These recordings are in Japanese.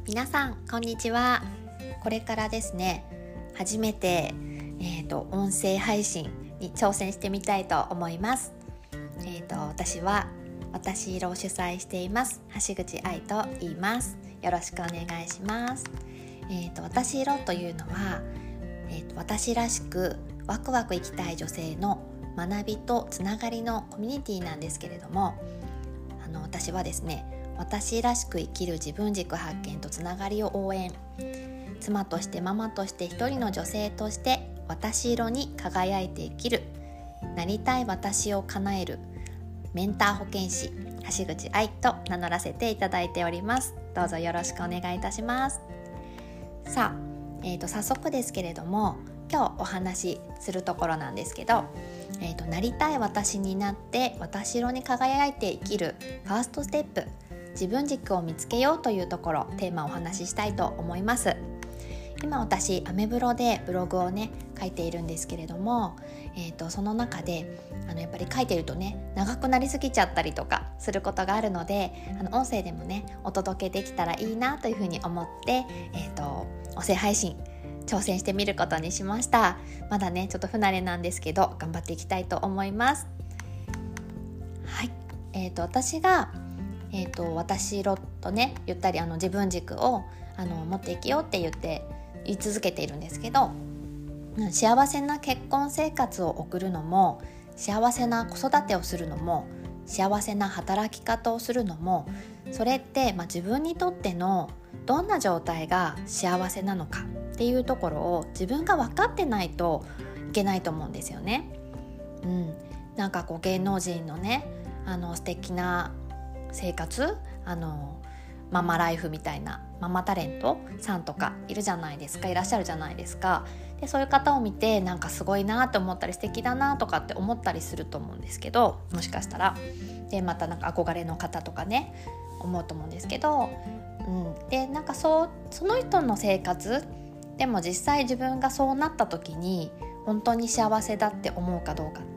皆さんこんにちは。これからですね、初めて、音声配信に挑戦してみたいと思います。私は私色を主催しています橋口愛と言います。よろしくお願いします。私色というのは、私らしくワクワク生きたい女性の学びとつながりのコミュニティなんですけれども、私はですね、私らしく生きる自分軸発見とつながりを応援、妻としてママとして一人の女性として私色に輝いて生きる、なりたい私を叶えるメンター保健師橋口愛と名乗らせていただいております。どうぞよろしくお願いいたします。さあ、早速ですけれども、今日お話しするところなんですけど、なりたい私になって私色に輝いて生きるファーストステップ、自分軸を見つけようというところ、テーマをお話ししたいと思います。今私アメブロでブログをね書いているんですけれども、その中でやっぱり書いてるとね長くなりすぎちゃったりとかすることがあるので、音声でもねお届けできたらいいなというふうに思って、音声配信挑戦してみることにしました。まだねちょっと不慣れなんですけど頑張っていきたいと思います。はい、私が私色とね言ったり自分軸を持っていきようって言い続けているんですけど、幸せな結婚生活を送るのも、幸せな子育てをするのも、幸せな働き方をするのも、それって、自分にとってのどんな状態が幸せなのかっていうところを自分が分かってないといけないと思うんですよね。なんか芸能人のね素敵な生活、ママライフみたいなママタレントさんとかいらっしゃるじゃないですか。でそういう方を見てなんかすごいなと思ったり素敵だなとかって思ったりすると思うんですけど、もしかしたらでまたなんか憧れの方とかね思うと思うんですけど、でなんかその人の生活でも実際自分がそうなった時に本当に幸せだって思うかどうかって、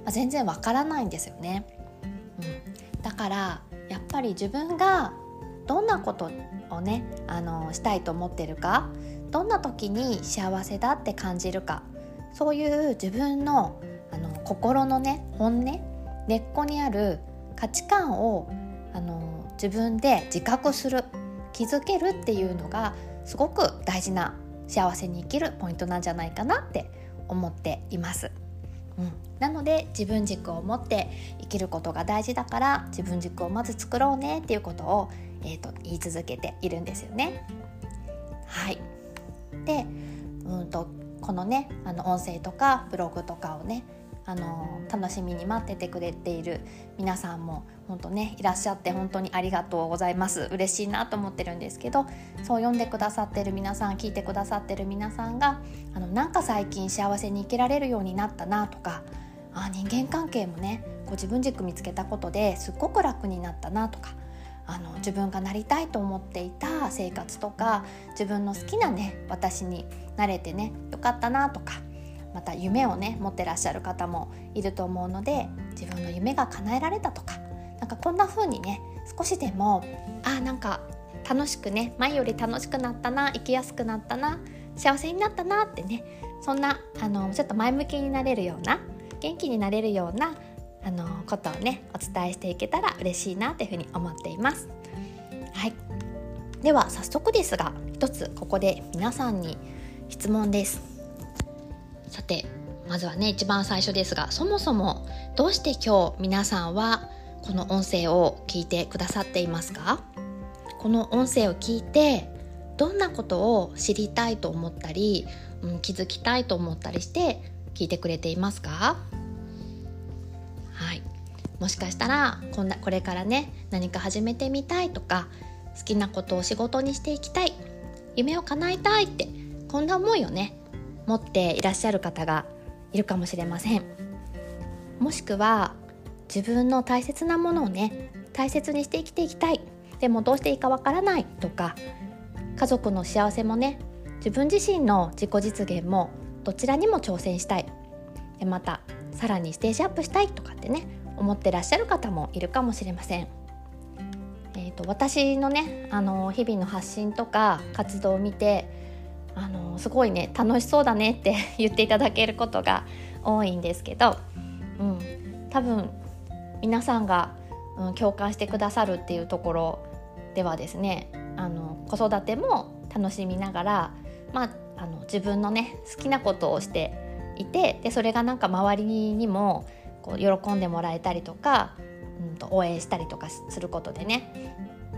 全然わからないんですよね。だからやっぱり自分がどんなことをねしたいと思ってるか、どんな時に幸せだって感じるか、そういう自分の心のね本音、根っこにある価値観を自分で自覚する、気づけるっていうのがすごく大事な幸せに生きるポイントなんじゃないかなって思っています。なので自分軸を持って生きることが大事だから、自分軸をまず作ろうねっていうことを、言い続けているんですよね。はい。で、このね音声とかブログとかをね楽しみに待っててくれている皆さんも本当ねいらっしゃって本当にありがとうございます。嬉しいなと思ってるんですけど、そう読んでくださってる皆さん、聞いてくださってる皆さんがなんか最近幸せに生きられるようになったなとか、人間関係もね自分軸見つけたことですっごく楽になったなとか、自分がなりたいと思っていた生活とか、自分の好きなね私になれてねよかったなとか、また夢をね持ってらっしゃる方もいると思うので、自分の夢が叶えられたとか、なんかこんな風にね少しでもなんか楽しくね、前より楽しくなったな、生きやすくなったな、幸せになったなってね、そんなちょっと前向きになれるような、元気になれるようなことをねお伝えしていけたら嬉しいなというふうに思っています。はい。では早速ですが、一つここで皆さんに質問です。さてまずはね一番最初ですが、そもそもどうして今日皆さんはこの音声を聞いてくださっていますか？この音声を聞いてどんなことを知りたいと思ったり、気づきたいと思ったりして聞いてくれていますか？はい。もしかしたらこれからね何か始めてみたいとか、好きなことを仕事にしていきたい、夢を叶えたいって、こんな思いをね持っていらっしゃる方がいるかもしれません。もしくは自分の大切なものをね大切にして生きていきたい、でもどうしていいかわからないとか、家族の幸せもね自分自身の自己実現もどちらにも挑戦したい、でまたさらにステージアップしたいとかってね思ってらっしゃる方もいるかもしれません。 私のね日々の発信とか活動を見てすごいね楽しそうだねって言っていただけることが多いんですけど、多分皆さんが、共感してくださるっていうところではですね、子育ても楽しみながら、自分のね好きなことをしていて、でそれがなんか周りにもこう喜んでもらえたりとか、応援したりとかすることでね、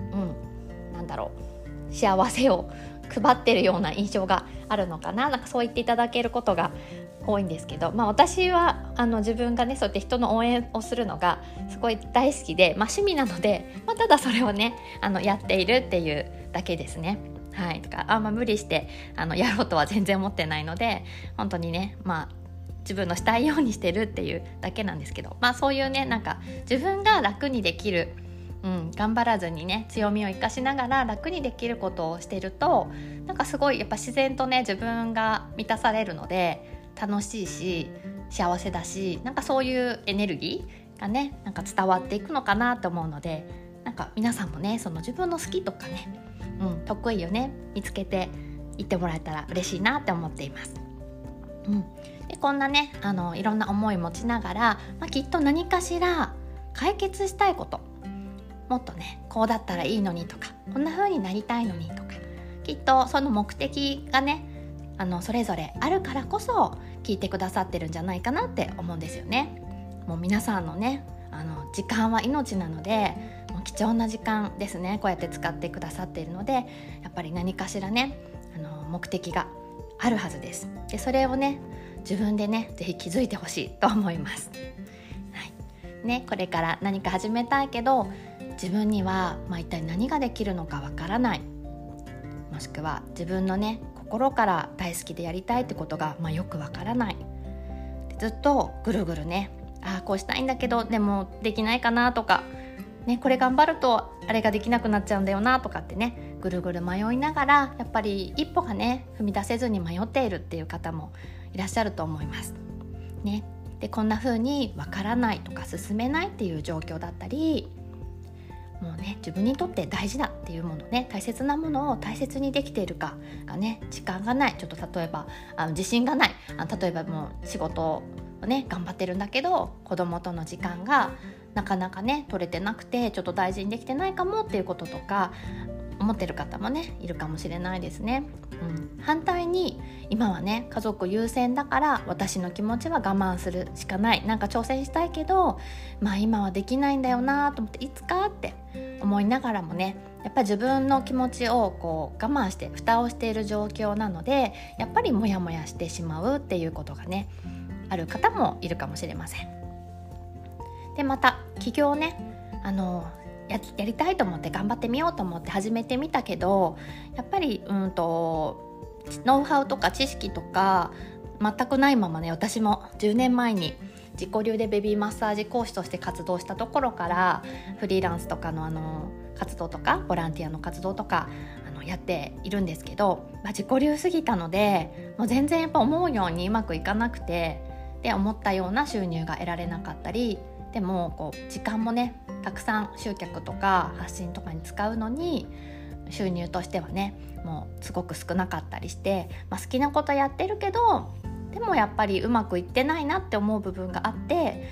幸せを配ってるような印象があるのかな。なんかそう言っていただけることが多いんですけど、私は自分がねそうやって人の応援をするのがすごい大好きで、趣味なので、ただそれをねやっているっていうだけですね。はい、とか無理してやろうとは全然思ってないので、本当にね自分のしたいようにしてるっていうだけなんですけど、そういうねなんか自分が楽にできる、頑張らずにね強みを生かしながら楽にできることをしてると、なんかすごいやっぱ自然とね自分が満たされるので楽しいし幸せだし、なんかそういうエネルギーがねなんか伝わっていくのかなと思うので、なんか皆さんもねその自分の好きとかね、得意をね見つけていってもらえたら嬉しいなって思っています。でこんなねいろんな思い持ちながら、きっと何かしら解決したいこと、もっとねこうだったらいいのにとか、こんな風になりたいのにとか、きっとその目的がねそれぞれあるからこそ聞いてくださってるんじゃないかなって思うんですよね。もう皆さんのね時間は命なので、もう貴重な時間ですね。こうやって使ってくださっているので、やっぱり何かしらね目的があるはずです。でそれをね自分でねぜひ気づいてほしいと思います。これから何か始めたいけど自分には一体何ができるのかわからない、もしくは自分のね心から大好きでやりたいってことがよくわからない、ずっとぐるぐるねこうしたいんだけどでもできないかなとか、これ頑張るとあれができなくなっちゃうんだよなとかってねぐるぐる迷いながら、やっぱり一歩がね踏み出せずに迷っているっていう方もいらっしゃると思いますね。でこんな風にわからないとか進めないっていう状況だったり、もうね自分にとって大事だっていうものね、大切なものを大切にできているかがね、時間がない、ちょっと例えば自信がない、例えばもう仕事をね頑張ってるんだけど子供との時間がなかなかね取れてなくてちょっと大事にできてないかもっていうこととか思ってる方もねいるかもしれないですね。反対に今はね家族優先だから私の気持ちは我慢するしかない、なんか挑戦したいけど今はできないんだよなと思って、いつかって思いながらもねやっぱり自分の気持ちをこう我慢して蓋をしている状況なので、やっぱりモヤモヤしてしまうっていうことがねある方もいるかもしれません。でまた起業ねやりたいと思って頑張ってみようと思って始めてみたけど、やっぱりノウハウとか知識とか全くないままね、私も10年前に自己流でベビーマッサージ講師として活動したところからフリーランスとかの活動とかボランティアの活動とかやっているんですけど、自己流すぎたのでもう全然やっぱ思うようにうまくいかなくて、で思ったような収入が得られなかったり、でもこう時間もねたくさん集客とか発信とかに使うのに収入としてはねもうすごく少なかったりして、好きなことやってるけどでもやっぱりうまくいってないなって思う部分があって、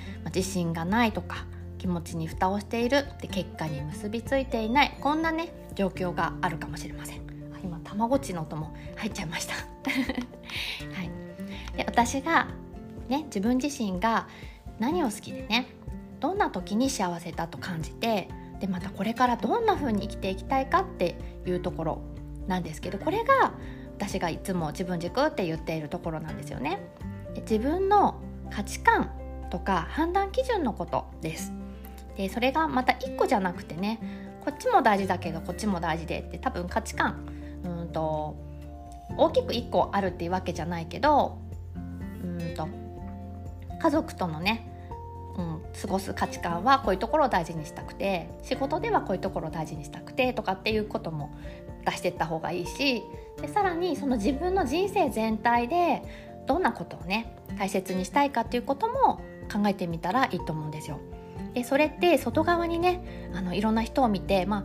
自信がないとか気持ちに蓋をしているって結果に結びついていない、こんなね状況があるかもしれません。今たまごっちの音も入っちゃいました、はい、で私がね自分自身が何を好きでねどんな時に幸せだと感じて、でまたこれからどんな風に生きていきたいかっていうところなんですけど、これが私がいつも自分軸って言っているところなんですよね。で自分の価値観とか判断基準のことです。でそれがまた1個じゃなくてね、こっちも大事だけどこっちも大事でって、多分価値観大きく1個あるっていうわけじゃないけど、家族とのね過ごす価値観はこういうところを大事にしたくて、仕事ではこういうところを大事にしたくてとかっていうことも出していった方がいいし、でさらにその自分の人生全体でどんなことをね大切にしたいかっていうことも考えてみたらいいと思うんですよ。でそれって外側にねいろんな人を見て、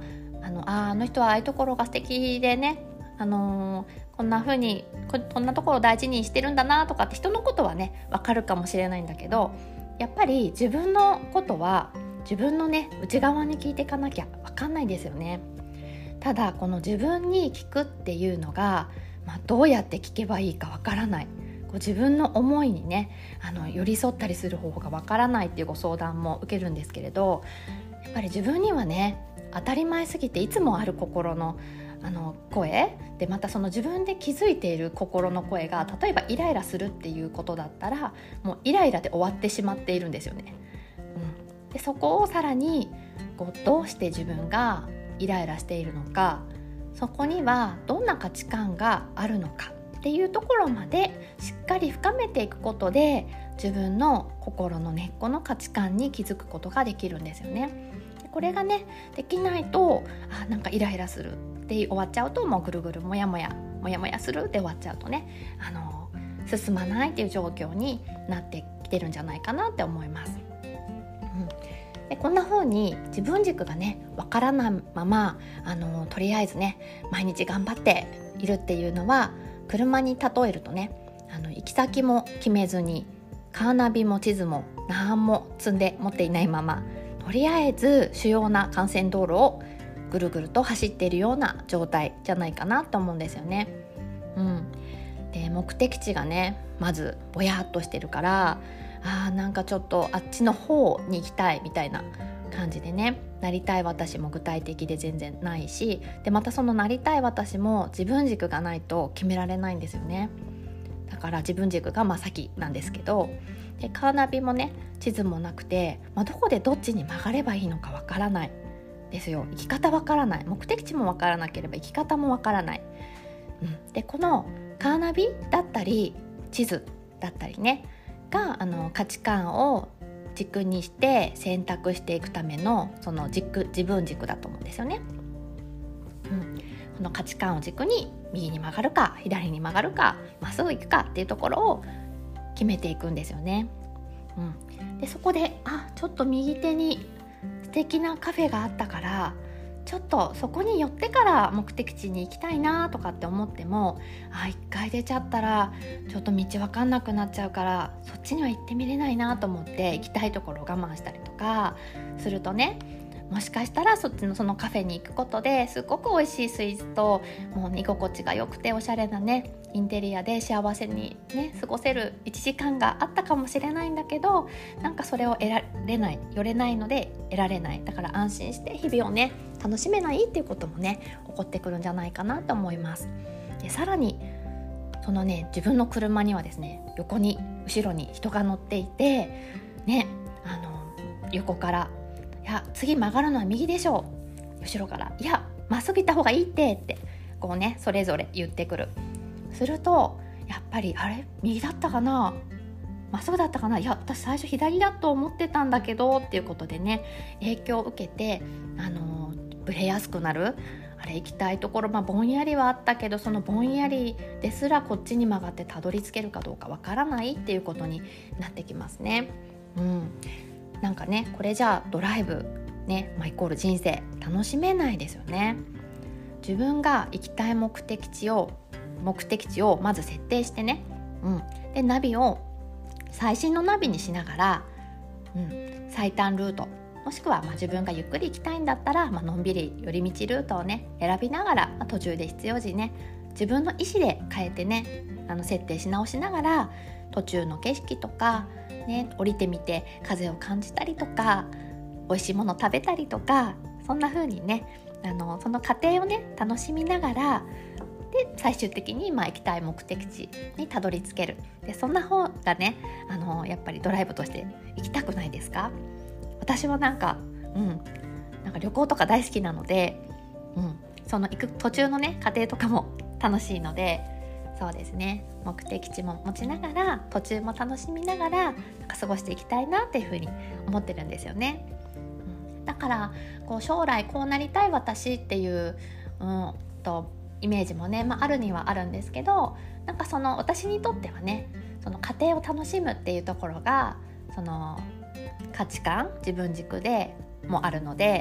あの人はああいうところが素敵でね、こんな風にこんなところを大事にしてるんだなとかって人のことはね分かるかもしれないんだけど、やっぱり自分のことは自分のね内側に聞いていかなきゃ分かんないですよね。ただこの自分に聞くっていうのが、どうやって聞けばいいか分からない、自分の思いにね寄り添ったりする方法が分からないっていうご相談も受けるんですけれど、やっぱり自分にはね当たり前すぎていつもある心の声で、またその自分で気づいている心の声が、例えばイライラするっていうことだったらもうイライラで終わってしまっているんですよね。でそこをさらにどうして自分がイライラしているのか、そこにはどんな価値観があるのかっていうところまでしっかり深めていくことで、自分の心の根っこの価値観に気づくことができるんですよね。これがねできないと、なんかイライラするって終わっちゃうと、もうぐるぐるもやもやするで終わっちゃうとね、進まないっていう状況になってきてるんじゃないかなって思います。でこんな風に自分軸がねわからないままとりあえずね毎日頑張っているっていうのは、車に例えるとね行き先も決めずにカーナビも地図も何も積んで持っていないまま、とりあえず主要な幹線道路をぐるぐると走っているような状態じゃないかなと思うんですよね。で目的地がねまずぼやっとしてるから、なんかちょっとあっちの方に行きたいみたいな感じでね、なりたい私も具体的で全然ないし、でまたそのなりたい私も自分軸がないと決められないんですよね。だから自分軸が先なんですけど、でカーナビもね地図もなくて、どこでどっちに曲がればいいのかわからないですよ。生き方わからない、目的地もわからなければ生き方もわからない、でこのカーナビだったり地図だったりねが価値観を軸にして選択していくためのその自分軸だと思うんですよね。この価値観を軸に右に曲がるか左に曲がるかまっすぐ行くかっていうところを決めていくんですよね。でそこでちょっと右手に素敵なカフェがあったから、ちょっとそこに寄ってから目的地に行きたいなとかって思っても、一回出ちゃったらちょっと道分かんなくなっちゃうから、そっちには行ってみれないなと思って行きたいところを我慢したりとかするとね、もしかしたらそっちのそのカフェに行くことですごく美味しいスイーツともう居心地が良くておしゃれなねインテリアで幸せにね過ごせる1時間があったかもしれないんだけど、なんかそれを得られない、寄れないので得られない、だから安心して日々をね楽しめないっていうこともね起こってくるんじゃないかなと思います。でさらにそのね自分の車にはですね横に後ろに人が乗っていてね、横からいや次曲がるのは右でしょう、後ろからいやまっすぐ行った方がいいってこうねそれぞれ言ってくる。するとやっぱり右だったかなまっすぐだったかな、いや私最初左だと思ってたんだけどっていうことでね影響を受けてブレやすくなる。行きたいところぼんやりはあったけど、そのぼんやりですらこっちに曲がってたどり着けるかどうかわからないっていうことになってきますね。なんかねこれじゃあドライブね、イコール人生楽しめないですよね。自分が行きたい目的地をまず設定してね、でナビを最新のナビにしながら、最短ルートもしくは自分がゆっくり行きたいんだったら、のんびり寄り道ルートをね選びながら、途中で必要時ね自分の意思で変えてね設定し直しながら途中の景色とか、降りてみて風を感じたりとか美味しいもの食べたりとか、そんな風にねその過程をね楽しみながらで最終的に行きたい目的地にたどり着ける。でそんな方がねやっぱりドライブとして行きたくないですか？私はなんか旅行とか大好きなので、その行く途中のね過程とかも楽しいので、そうですね目的地も持ちながら途中も楽しみながら過ごしていきたいなっていうふうに思ってるんですよね。だから将来こうなりたい私っていう、イメージもね、あるにはあるんですけど、なんかその私にとってはねその過程を楽しむっていうところがその価値観自分軸でもあるので、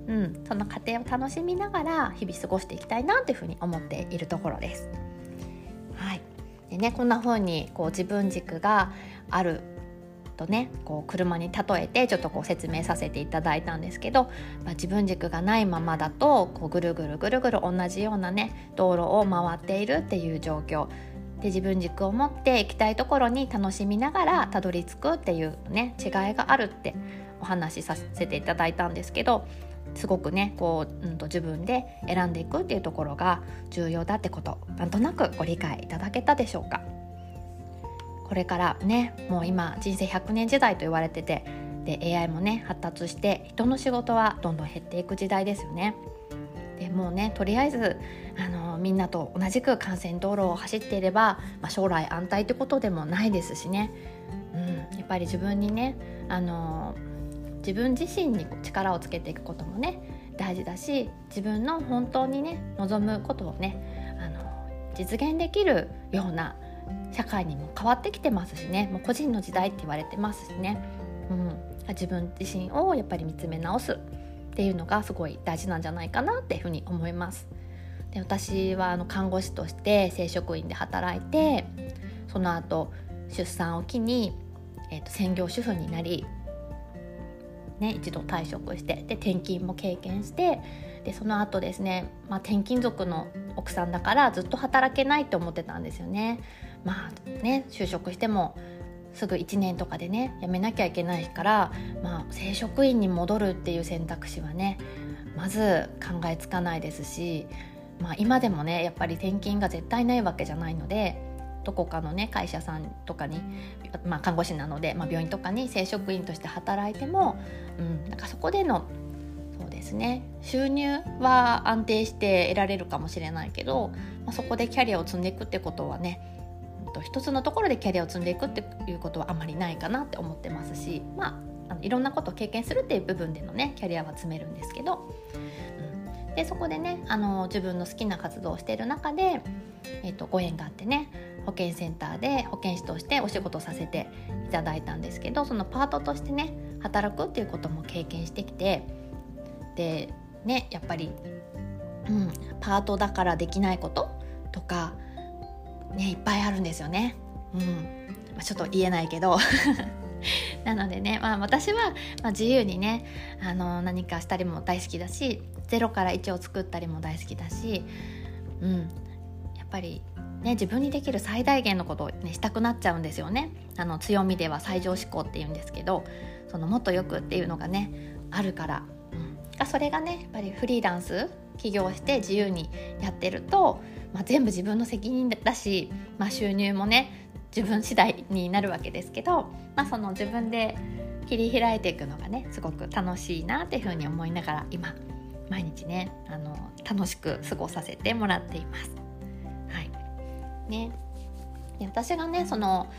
その過程を楽しみながら日々過ごしていきたいなというふうに思っているところです。はい。でね、こんな風に自分軸があるとね、車に例えてちょっと説明させていただいたんですけど、自分軸がないままだとぐるぐるぐるぐる同じようなね道路を回っているっていう状況で、自分軸を持って行きたいところに楽しみながらたどり着くっていうね違いがあるってお話しさせていただいたんですけど、すごくね自分で選んでいくっていうところが重要だってこと、なんとなくご理解いただけたでしょうか。これからね、もう今人生100年時代と言われてて、で AI もね発達して人の仕事はどんどん減っていく時代ですよね。でもうね、とりあえずみんなと同じく幹線道路を走っていれば、将来安泰ってことでもないですしね、やっぱり自分にね自分自身に力をつけていくこともね大事だし、自分の本当にね望むことをね実現できるような社会にも変わってきてますしね、もう個人の時代って言われてますしね、自分自身をやっぱり見つめ直すっていうのがすごい大事なんじゃないかなっていうふうに思います。で、私は看護師として正職員で働いて、その後出産を機に、専業主婦になり、一度退職して、で転勤も経験して、でその後ですね、転勤族の奥さんだからずっと働けないと思ってたんですよね。就職してもすぐ1年とかでね辞めなきゃいけないから、正職員に戻るっていう選択肢はねまず考えつかないですし、今でもねやっぱり転勤が絶対ないわけじゃないので、どこかのね会社さんとかに、看護師なので、病院とかに正職員として働いても、なんかそこでのそうですね収入は安定して得られるかもしれないけど、そこでキャリアを積んでいくってことはね、一つのところでキャリアを積んでいくっていうことはあまりないかなって思ってますし、いろんなことを経験するっていう部分でのねキャリアは積めるんですけど、でそこでね自分の好きな活動をしている中で、ご縁があってね保健センターで保健師としてお仕事させていただいたんですけど、そのパートとしてね働くっていうことも経験してきて、でねやっぱり、パートだからできないこととかねいっぱいあるんですよね。ちょっと言えないけどなのでね、私は、自由にね何かしたりも大好きだし、0から1を作ったりも大好きだし、やっぱりね自分にできる最大限のことを、したくなっちゃうんですよね。強みでは最上志向っていうんですけど、そのもっとよくっていうのがねあるから、それがねやっぱりフリーランス起業して自由にやってると、全部自分の責任だし、収入もね自分次第になるわけですけど、その自分で切り開いていくのがねすごく楽しいなっていうふうに思いながら、今毎日ね楽しく過ごさせてもらっています。はいね、で私がね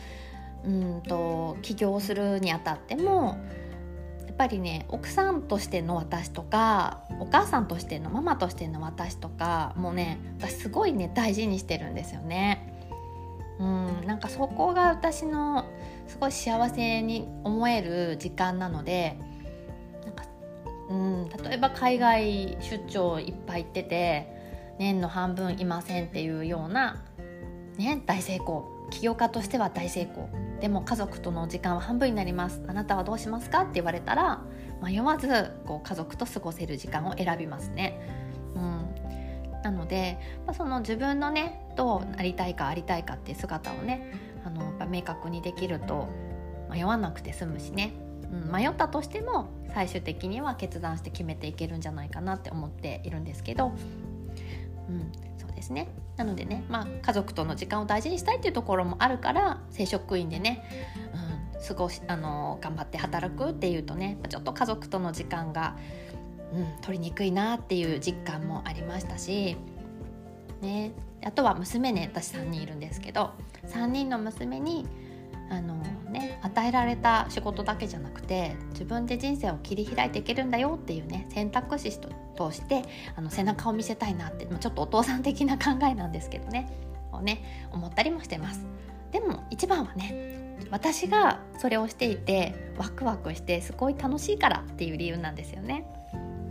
起業するにあたってもやっぱりね奥さんとしての私とかお母さんとしてのママとしての私とかもね私すごいね大事にしてるんですよね。なんかそこが私のすごい幸せに思える時間なので、例えば海外出張いっぱい行ってて年の半分いませんっていうような、大成功、起業家としては大成功でも家族との時間は半分になります、あなたはどうしますかって言われたら迷わず家族と過ごせる時間を選びますね。なので、その自分のねどうなりたいかありたいかっていう姿をねやっぱ明確にできると迷わなくて済むしね、迷ったとしても最終的には決断して決めていけるんじゃないかなって思っているんですけど、そうですね。なのでね、家族との時間を大事にしたいっていうところもあるから正職員でね、頑張って働くっていうとねちょっと家族との時間が取りにくいなっていう実感もありましたし、あとは娘ね、私3人いるんですけど、3人の娘に与えられた仕事だけじゃなくて自分で人生を切り開いていけるんだよっていうね選択肢として背中を見せたいなって、ちょっとお父さん的な考えなんですけどね思ったりもしてます。でも一番はね私がそれをしていてワクワクしてすごい楽しいからっていう理由なんですよね。やっぱ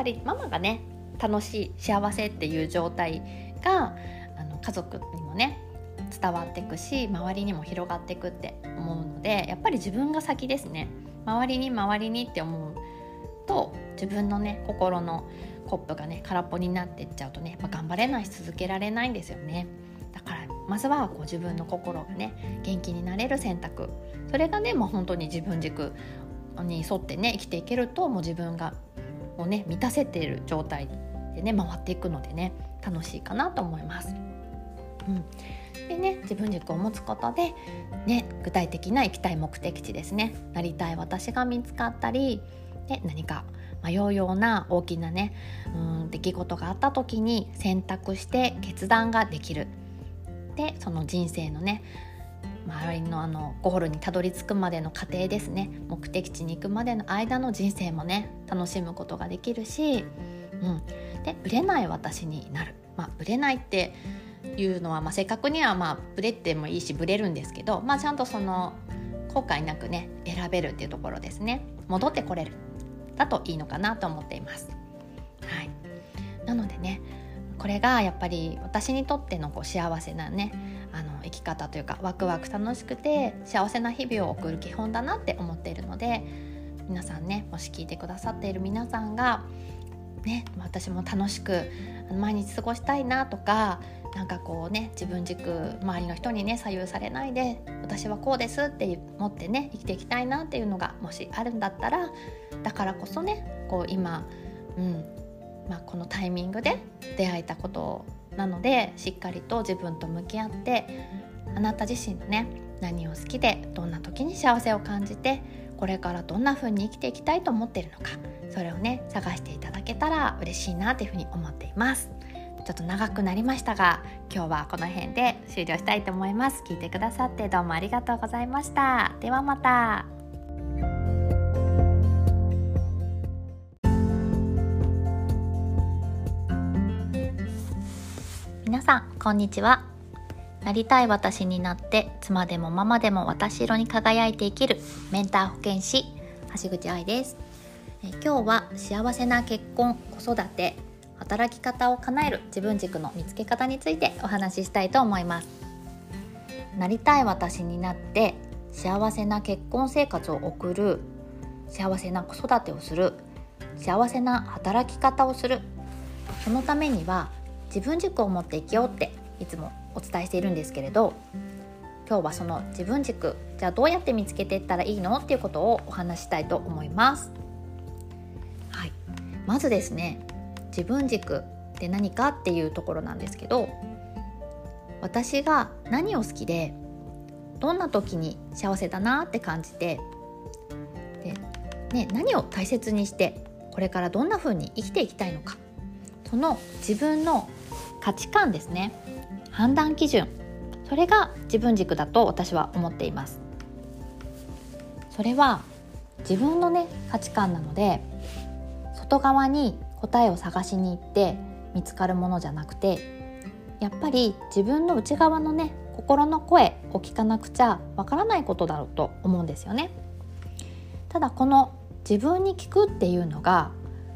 りママがね楽しい幸せっていう状態が家族にもね伝わっていくし、周りにも広がっていくって思うので、やっぱり自分が先ですね。周りにって思うと、自分のね心のコップがね空っぽになっていっちゃうとね、頑張れないし続けられないんですよね。だからまずは自分の心がね元気になれる選択、それがねもう本当に自分軸に沿ってね生きていけると、もう自分がもうね満たせている状態でね回っていくのでね、楽しいかなと思います。でね、自分軸を持つことで、ね、具体的な行きたい目的地ですね、なりたい私が見つかったり、で何か迷うような大きなね出来事があった時に選択して決断ができる。でその人生のね周りのゴールにたどり着くまでの過程ですね、目的地に行くまでの間の人生もね楽しむことができるし、でブレない私になる。ブレないっていうのは、正確にはブレてもいいしブレるんですけど、ちゃんとその後悔なくね選べるっていうところですね。戻ってこれるだといいのかなと思っています。なのでね、これがやっぱり私にとっての幸せなね生き方というか、ワクワク楽しくて幸せな日々を送る基本だなって思っているので、皆さんね、もし聞いてくださっている皆さんがね、私も楽しく毎日過ごしたいなとか、自分軸周りの人にね左右されないで私はこうですって思ってね生きていきたいなっていうのがもしあるんだったら、だからこそね今、このタイミングで出会えたことなので、しっかりと自分と向き合って、あなた自身のね何を好きでどんな時に幸せを感じて、これからどんな風に生きていきたいと思っているのか、それをね探していただけたら嬉しいなというふうに思っています。ちょっと長くなりましたが、今日はこの辺で終了したいと思います。聞いてくださってどうもありがとうございました。ではまた。皆さんこんにちは。なりたい私になって妻でもママでも私色に輝いて生きるメンター保健師橋口愛です。今日は幸せな結婚、子育て、働き方を叶える自分軸の見つけ方についてお話ししたいと思います。なりたい私になって幸せな結婚生活を送る、幸せな子育てをする、幸せな働き方をする、そのためには自分軸を持って生きようっていつもお伝えしているんですけれど、今日はその自分軸、じゃあどうやって見つけていったらいいのっていうことをお話したいと思います。まずですね、自分軸って何かっていうところなんですけど、私が何を好きでどんな時に幸せだなって感じて、で、何を大切にしてこれからどんな風に生きていきたいのか、その自分の価値観ですね、判断基準、それが自分軸だと私は思っています。それは自分のね価値観なので、外側に答えを探しに行って見つかるものじゃなくて、やっぱり自分の内側のね心の声を聞かなくちゃわからないことだろうと思うんですよね。ただこの自分に聞くっていうのが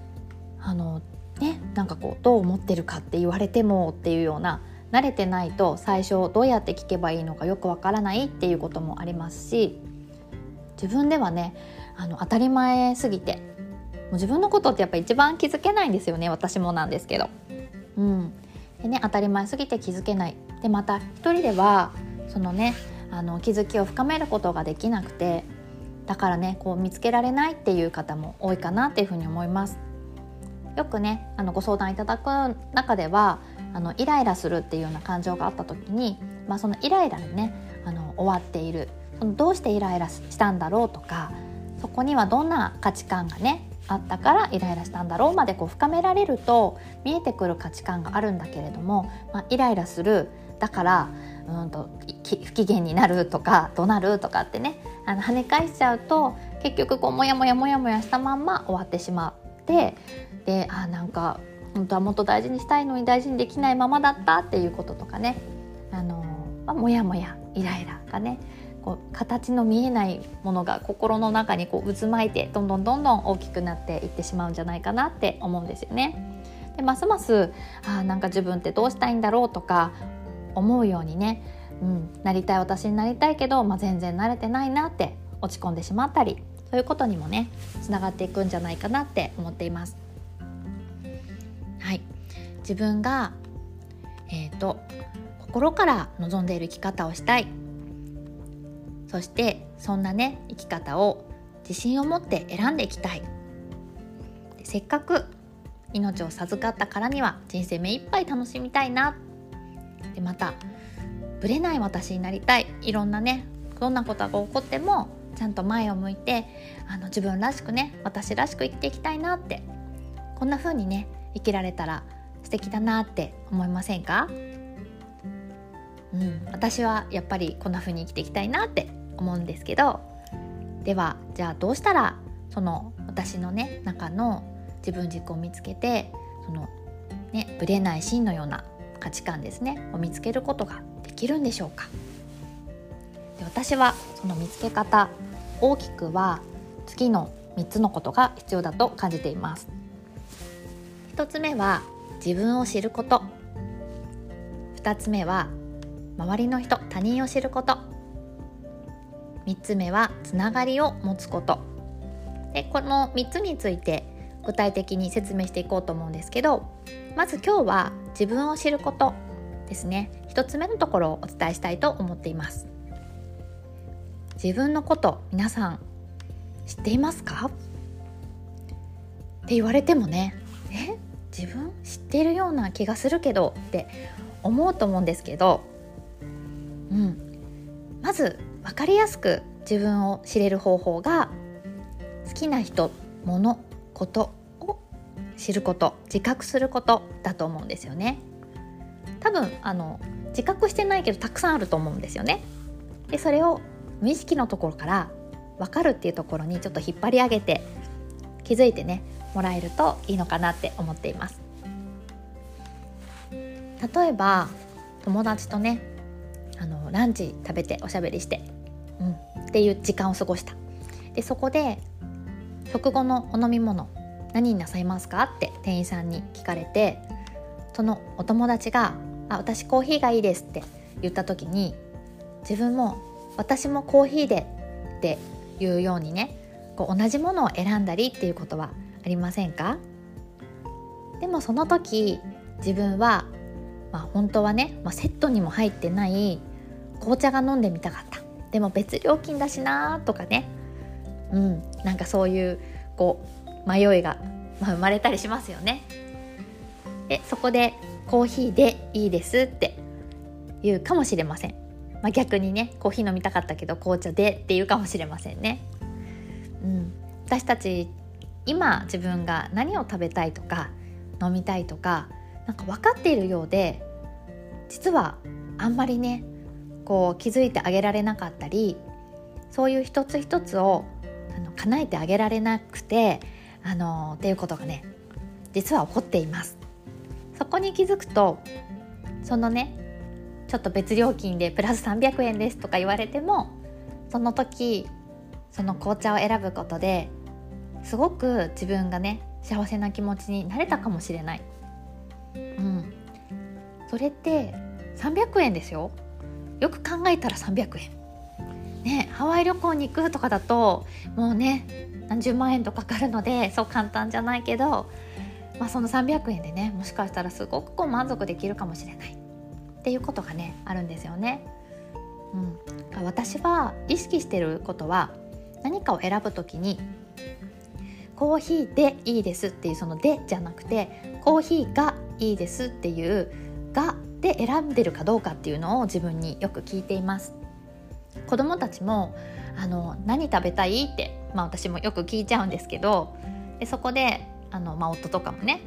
どう思ってるかって言われてもっていうような、慣れてないと最初どうやって聞けばいいのかよくわからないっていうこともありますし、自分ではね当たり前すぎて、もう自分のことってやっぱ一番気づけないんですよね。私もなんですけど、でね、当たり前すぎて気づけない。でまた一人ではそのね気づきを深めることができなくて、だからね見つけられないっていう方も多いかなっていうふうに思います。よくねご相談いただく中ではイライラするっていうような感情があった時に、そのイライラにね終わっている、どうしてイライラしたんだろうとか、そこにはどんな価値観がねあったからイライラしたんだろうまで深められると見えてくる価値観があるんだけれども、イライラするだから不機嫌になるとか怒鳴るとかってね跳ね返しちゃうと、結局モヤモヤしたまんま終わってしまって、で本当はもっと大事にしたいのに大事にできないままだったっていうこととかね、モヤモヤイライラがねこう形の見えないものが心の中にこう渦巻いてどんどん大きくなっていってしまうんじゃないかなって思うんですよね。でますますなんか自分ってどうしたいんだろうとか思うようにね、なりたい私になりたいけど、全然慣れてないなって落ち込んでしまったり、そういうことにもねつながっていくんじゃないかなって思っています。はい、自分が、心から望んでいる生き方をしたい、そしてそんなね生き方を自信を持って選んでいきたい。でせっかく命を授かったからには人生目いっぱい楽しみたいな。でまたぶれない私になりたい。いろんなねどんなことが起こってもちゃんと前を向いて自分らしくね、私らしく生きていきたいなって、こんな風にね生きられたら素敵だなって思いませんか？私はやっぱりこんな風に生きていきたいなって思うんですけど、ではじゃあどうしたらその私のね中の自分軸を見つけて、そのねぶれない真のような価値観ですねを見つけることができるんでしょうか？で私はその見つけ方、大きくは次の3つのことが必要だと感じています。1つ目は自分を知ること、2つ目は周りの人、他人を知ること、3つ目はつながりを持つこと。でこの3つについて具体的に説明していこうと思うんですけど、まず今日は自分を知ることですね。1つ目のところをお伝えしたいと思っています。自分のこと皆さん知っていますかって言われてもね、自分知っているような気がするけどって思うと思うんですけど、まず分かりやすく自分を知れる方法が、好きな人、物、ことを知ること、自覚することだと思うんですよね。多分自覚してないけどたくさんあると思うんですよね。でそれを無意識のところから分かるっていうところにちょっと引っ張り上げて気づいてねもらえるといいのかなって思っています。例えば友達とねランチ食べておしゃべりして、っていう時間を過ごした。でそこで食後のお飲み物何になさいますかって店員さんに聞かれて、そのお友達が私コーヒーがいいですって言った時に、自分も私もコーヒーでっていうようにね、同じものを選んだりっていうことはありませんか？でもその時自分は、本当はね、セットにも入ってない紅茶が飲んでみたかった。でも別料金だしなとかね、なんかそういう迷いが、生まれたりしますよね。でそこでコーヒーでいいですって言うかもしれません。逆にねコーヒー飲みたかったけど紅茶でって言うかもしれませんね。私たち今自分が何を食べたいとか飲みたいとかなんか分かっているようで、実はあんまりね気づいてあげられなかったり、そういう一つ一つを叶えてあげられなくてっていうことがね実は起こっています。そこに気づくと、そのねちょっと別料金でプラス300円ですとか言われても、その時その紅茶を選ぶことですごく自分がね幸せな気持ちになれたかもしれない。それって300円ですよ。よく考えたら300円ね。ハワイ旅行に行くとかだともうね何十万円とかかるのでそう簡単じゃないけど、その300円でねもしかしたらすごく満足できるかもしれないっていうことがねあるんですよね。私は意識してることは、何かを選ぶときにコーヒーでいいですっていうそのでじゃなくて、コーヒーがいいですっていうがで選んでるかどうかっていうのを自分によく聞いています。子供たちも何食べたいって、私もよく聞いちゃうんですけど、でそこで夫とかもね、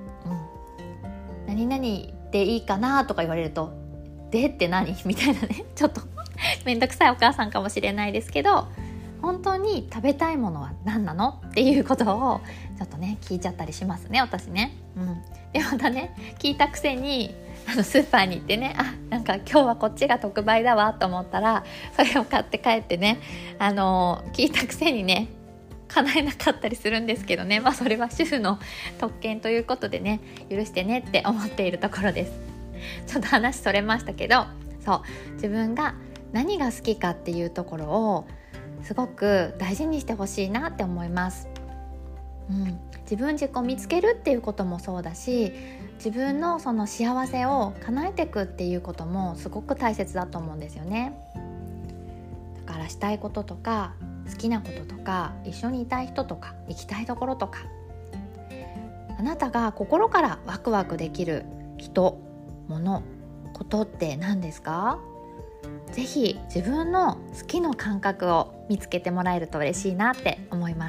何々でいいかなとか言われると、でって何みたいなねちょっとめんどくさいお母さんかもしれないですけど、 本当に食べたいものは何なのっていうことをちょっとね聞いちゃったりしますね、私ね。でまたね聞いたくせにスーパーに行ってね、なんか今日はこっちが特売だわと思ったらそれを買って帰ってね、聞いたくせにね叶えなかったりするんですけどね、それは主婦の特権ということでね、許してねって思っているところです。ちょっと話それましたけど、自分が何が好きかっていうところをすごく大事にしてほしいなって思います。自分軸を見つけるっていうこともそうだし、自分のその幸せを叶えていくっていうこともすごく大切だと思うんですよね。だからしたいこととか好きなこととか一緒にいたい人とか行きたいところとか、あなたが心からワクワクできる人、物、ことって何ですか？ぜひ自分の好きの感覚を見つけてもらえると嬉しいなって思います。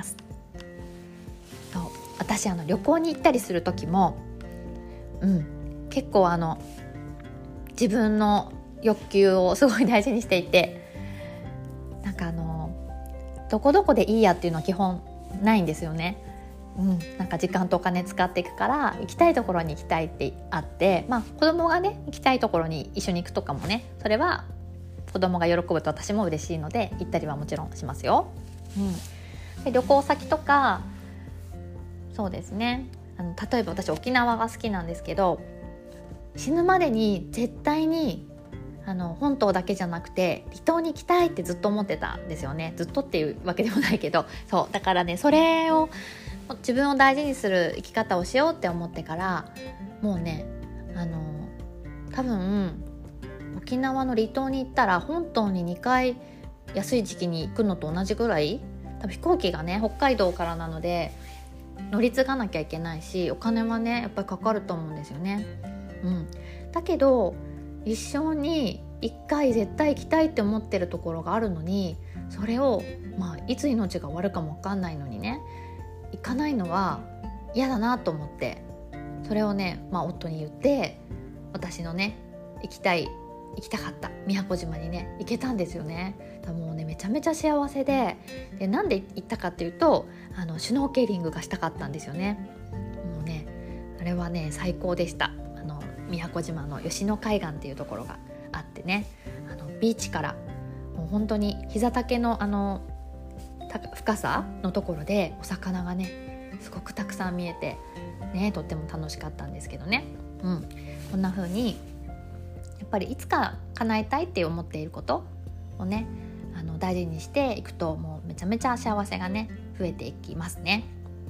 私旅行に行ったりする時も、結構自分の欲求をすごい大事にしていて、なんかどこどこでいいやっていうのは基本ないんですよね。なんか時間とお金使っていくから行きたいところに行きたいってあって、子供がね行きたいところに一緒に行くとかもね、それは子供が喜ぶと私も嬉しいので行ったりはもちろんしますよ。で旅行先とかそうですね、例えば私沖縄が好きなんですけど、死ぬまでに絶対に本島だけじゃなくて離島に行きたいってずっと思ってたんですよね。ずっとっていうわけでもないけど、だからねそれを自分を大事にする生き方をしようって思ってから、もうね多分沖縄の離島に行ったら本島に2回安い時期に行くのと同じぐらい、多分飛行機がね北海道からなので乗り継がなきゃいけないし、お金はねやっぱりかかると思うんですよね。だけど一生に1回絶対行きたいって思ってるところがあるのに、それをいつ命が終わるかも分かんないのにね行かないのは嫌だなと思って、それをね、夫に言って、私のね行きたかった宮古島にね行けたんですよね。もうねめちゃめちゃ幸せで、なんで行ったかっていうとシュノーケリングがしたかったんですよね。もうねあれはね最高でした。宮古島の吉野海岸っていうところがあってね、ビーチからもう本当に膝丈の深さのところでお魚がねすごくたくさん見えてね、とっても楽しかったんですけどね。こんな風にやっぱりいつか叶えたいって思っていることをね大事にしていくと、もうめちゃめちゃ幸せがね増えていきますね。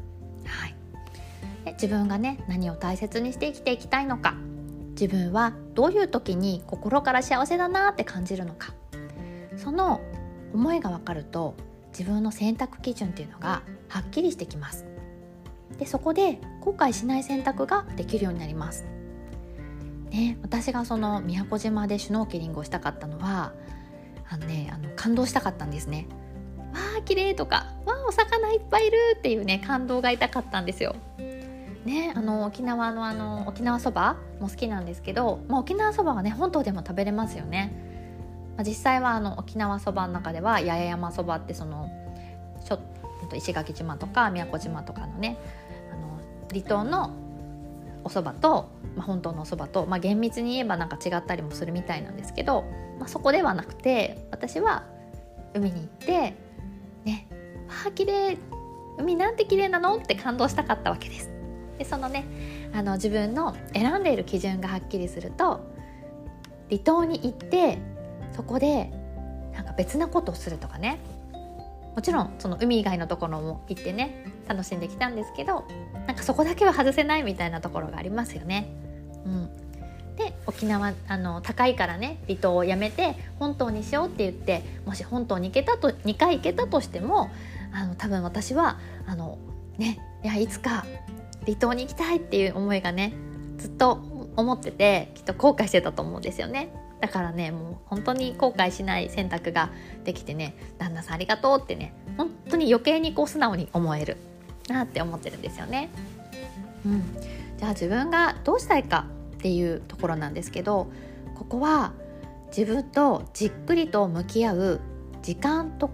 で自分がね何を大切にして生きていきたいのか、自分はどういう時に心から幸せだなって感じるのか、その思いが分かると自分の選択基準っていうのがはっきりしてきます。でそこで後悔しない選択ができるようになります。私がその宮古島でシュノーケリングをしたかったのは感動したかったんですね。わー綺麗とか、わーお魚いっぱいいるっていうね感動が痛かったんですよ。沖縄の沖縄そばも好きなんですけど、沖縄そばはね本島でも食べれますよね。実際は沖縄そばの中では八重山そばって石垣島とか宮古島とかのね離島のおそばと、本島のおそばと、厳密に言えばなんか違ったりもするみたいなんですけど、そこではなくて私は海に行ってね、わあ綺麗、海なんて綺麗なのって感動したかったわけです。でそのね自分の選んでいる基準がはっきりすると、離島に行ってそこでなんか別なことをするとかね、もちろんその海以外のところも行ってね楽しんできたんですけど、なんかそこだけは外せないみたいなところがありますよね。で沖縄高いからね離島をやめて本島にしようって言って、もし本島に2回行けたとしても多分私はいやいつか離島に行きたいっていう思いがねずっと思ってて、きっと後悔してたと思うんですよね。だからねもう本当に後悔しない選択ができてね、旦那さんありがとうってね本当に余計に素直に思えるなって思ってるんですよね。じゃあ自分がどうしたいかっていうところなんですけど、ここは自分とじっくりと向き合う時間とか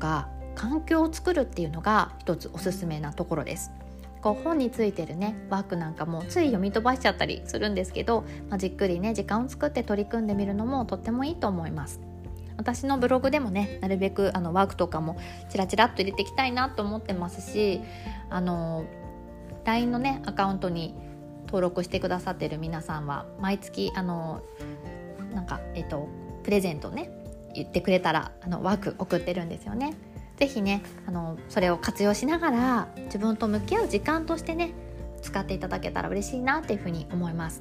環境を作るっていうのが一つおすすめなところです。こう本についてるねワークなんかもつい読み飛ばしちゃったりするんですけど、じっくりね時間を作って取り組んでみるのもとってもいいと思います。私のブログでもねなるべくワークとかもチラチラっと入れていきたいなと思ってますし、LINE のねアカウントに登録してくださってる皆さんは毎月プレゼントをね言ってくれたらワーク送ってるんですよね。ぜひねそれを活用しながら自分と向き合う時間としてね使っていただけたら嬉しいなっていうふうに思います。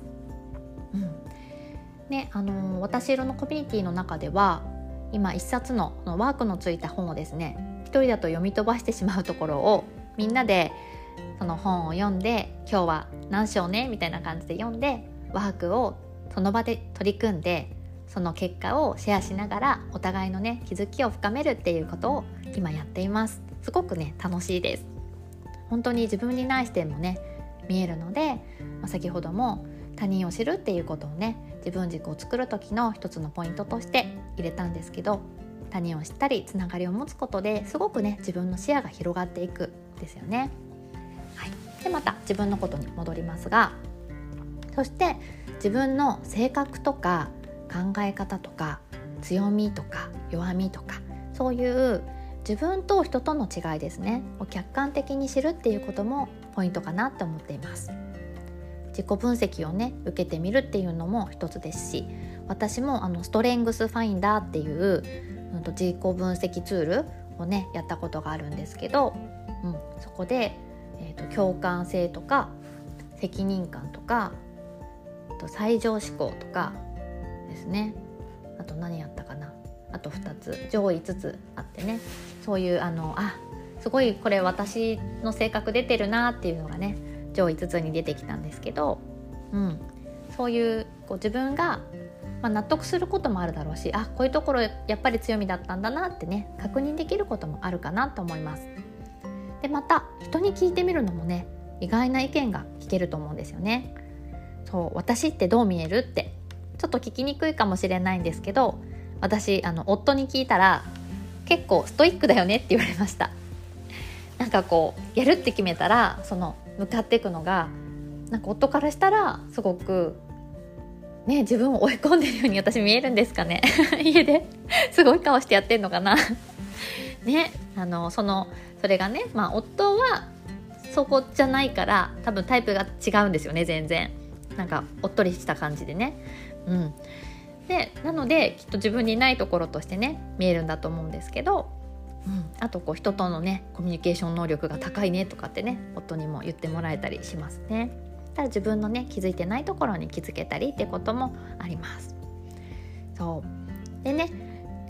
私色のコミュニティの中では今一冊のワークのついた本をですね一人だと読み飛ばしてしまうところをみんなでその本を読んで今日は何章ねみたいな感じで読んでワークをその場で取り組んでその結果をシェアしながらお互いのね気づきを深めるっていうことを今やっています。すごくね楽しいです。本当に自分にない視点もね見えるので、先ほども他人を知るっていうことをね自分軸を作る時の一つのポイントとして入れたんですけど、他人を知ったりつながりを持つことですごくね自分の視野が広がっていくんですよね。でまた自分のことに戻りますが、そして自分の性格とか考え方とか強みとか弱みとかそういう自分と人との違いですねを客観的に知るっていうこともポイントかなって思っています。自己分析をね受けてみるっていうのも一つですし、私もストレングスファインダーっていう自己分析ツールをねやったことがあるんですけど、そこで、共感性とか責任感とか最上思考とかですね、あと何やったかな、あと2つ上位5つあってね、そういうすごいこれ私の性格出てるなっていうのがね上位5つに出てきたんですけど、そういう自分が、納得することもあるだろうし、こういうところやっぱり強みだったんだなってね確認できることもあるかなと思います。でまた人に聞いてみるのもね意外な意見が聞けると思うんですよね。そう私ってどう見えるってちょっと聞きにくいかもしれないんですけど、私夫に聞いたら結構ストイックだよねって言われました。なんかやるって決めたらその向かっていくのがなんか夫からしたらすごくね自分を追い込んでるように私見えるんですかね家ですごい顔してやってんのかなね、それがね、夫はそこじゃないから多分タイプが違うんですよね。全然なんかおっとりした感じでね、でなのできっと自分にないところとしてね見えるんだと思うんですけど、あと人とのねコミュニケーション能力が高いねとかってね夫にも言ってもらえたりしますね。ただ自分のね気づいてないところに気づけたりってこともあります。そうでね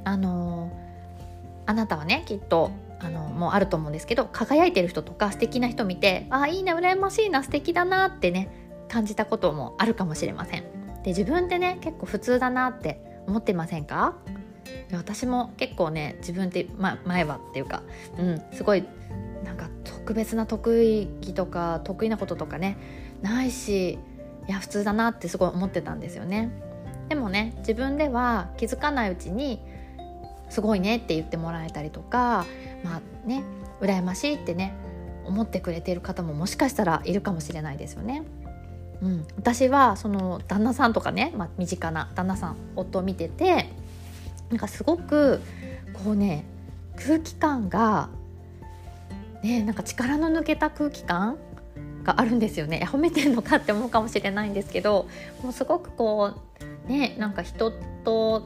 あなたはねきっともうあると思うんですけど、輝いてる人とか素敵な人見ていいね羨ましいな素敵だなってね感じたこともあるかもしれません。で自分ってね結構普通だなって思ってませんか？私も結構ね自分って、前はっていうか、すごいなんか特別な得意技とか得意なこととかねないし、いや普通だなってすごい思ってたんですよね。でもね自分では気づかないうちにすごいねって言ってもらえたりとか、羨ましいってね思ってくれている方ももしかしたらいるかもしれないですよね。私はその旦那さんとかね、身近な旦那さん夫を見ててなんかすごく空気感がねなんか力の抜けた空気感があるんですよね。褒めてんのかって思うかもしれないんですけど、もうすごくなんか人を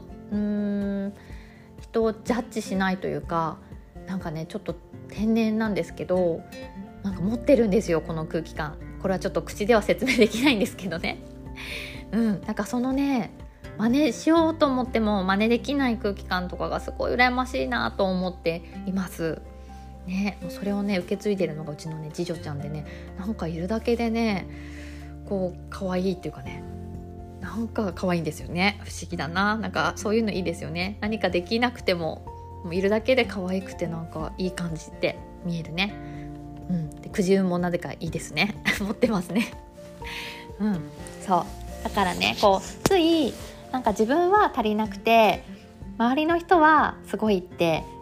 ジャッジしないというか、なんかねちょっと天然なんですけどなんか持ってるんですよこの空気感。これはちょっと口では説明できないんですけどね、なんかそのね真似しようと思っても真似できない空気感とかがすごい羨ましいなと思っていますね。もうそれをね受け継いでるのがうちのね次女ちゃんでね、なんかいるだけでね可愛いっていうかね、なんか可愛いんですよね。不思議だな。なんかそういうのいいですよね。何かできなくてもいるだけで可愛くてなんかいい感じって見えるね。でくじ運もなぜかいいですね持ってますねそうだからねついなんか自分は足りなくて周りの人はすごいって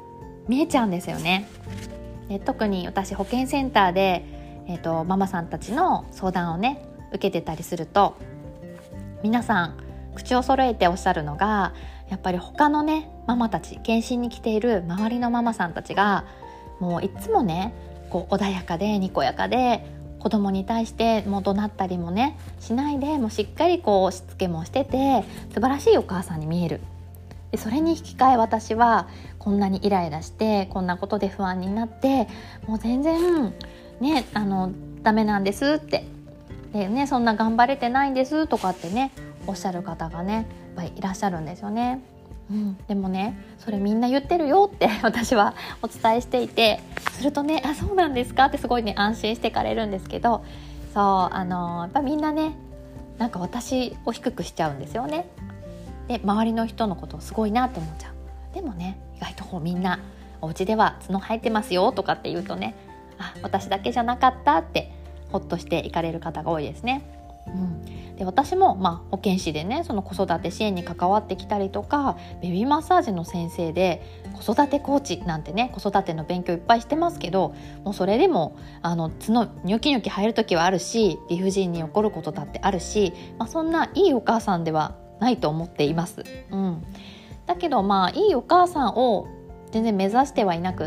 見えちゃうんですよね。で特に私保健センターで、ママさんたちの相談をね受けてたりすると、皆さん口を揃えておっしゃるのが、やっぱり他のねママたち、検診に来ている周りのママさんたちがもういつもねこう穏やかでにこやかで、子供に対してもう怒鳴ったりもねしないで、もうしっかりこうしつけもしてて素晴らしいお母さんに見える。でそれに引き換え私はこんなにイライラして、こんなことで不安になって、もう全然ねダメなんですってで、ね、そんな頑張れてないんですとかってねおっしゃる方がねやっぱりいらっしゃるんですよね。でもねそれみんな言ってるよって私はお伝えしていて、するとねあそうなんですかってすごいね安心してかれるんですけど、そうやっぱみんなねなんか私を低くしちゃうんですよね。で周りの人のことをすごいなって思っちゃう。でもね意外とみんなお家では角生えてますよとかって言うとね、あ私だけじゃなかったってほっとしていかれる方が多いですね。で私も、保健師でねその子育て支援に関わってきたりとか、ベビーマッサージの先生で子育てコーチなんてね子育ての勉強いっぱいしてますけど、もうそれでも角ニョキニョキ生える時はあるし、理不尽に起こることだってあるし、そんないいお母さんではないと思っています。だけどいいお母さんを全然目指してはいなくって、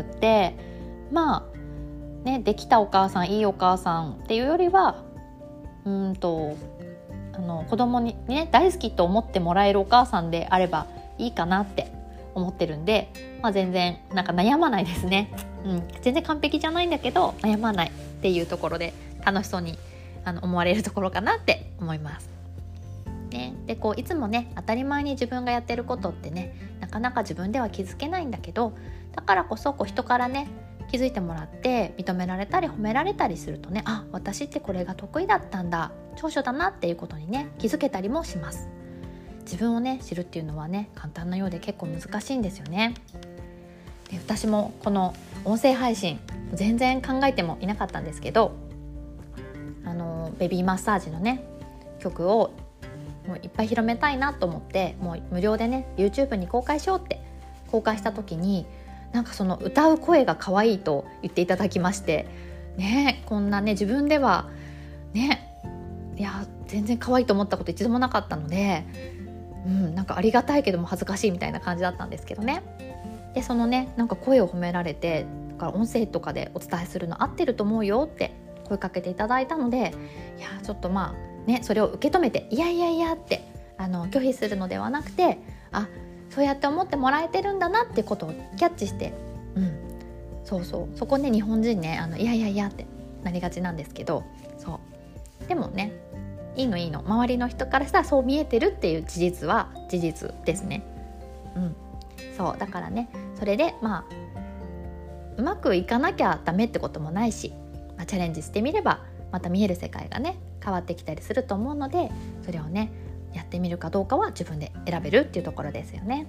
できたお母さん、いいお母さんっていうよりは子供にね大好きと思ってもらえるお母さんであればいいかなって思ってるんで、全然なんか悩まないですね。全然完璧じゃないんだけど悩まないっていうところで楽しそうに思われるところかなって思います。でいつもね当たり前に自分がやってることってねなかなか自分では気づけないんだけど、だからこそ人からね気づいてもらって認められたり褒められたりするとね、あ私ってこれが得意だったんだ、長所だなっていうことにね気づけたりもします。自分をね知るっていうのはね簡単なようで結構難しいんですよね。で私もこの音声配信全然考えてもいなかったんですけど、ベビーマッサージのね曲をもういっぱい広めたいなと思って、もう無料でね YouTube に公開しようって公開した時に、なんかその歌う声が可愛いと言っていただきましてね、こんなね自分ではねいや全然可愛いと思ったこと一度もなかったので、なんかありがたいけども恥ずかしいみたいな感じだったんですけどね。でそのねなんか声を褒められて、だから音声とかでお伝えするの合ってると思うよって声かけていただいたので、いやちょっとそれを受け止めて、いやって拒否するのではなくて、そうやって思ってもらえてるんだなってことをキャッチして、そこね日本人ねいやってなりがちなんですけど、でもねいいの周りの人からしたらそう見えてるっていう事実は事実ですね。だからねそれでうまくいかなきゃダメってこともないし、チャレンジしてみればまた見える世界がね変わってきたりすると思うので、それをねやってみるかどうかは自分で選べるっていうところですよね。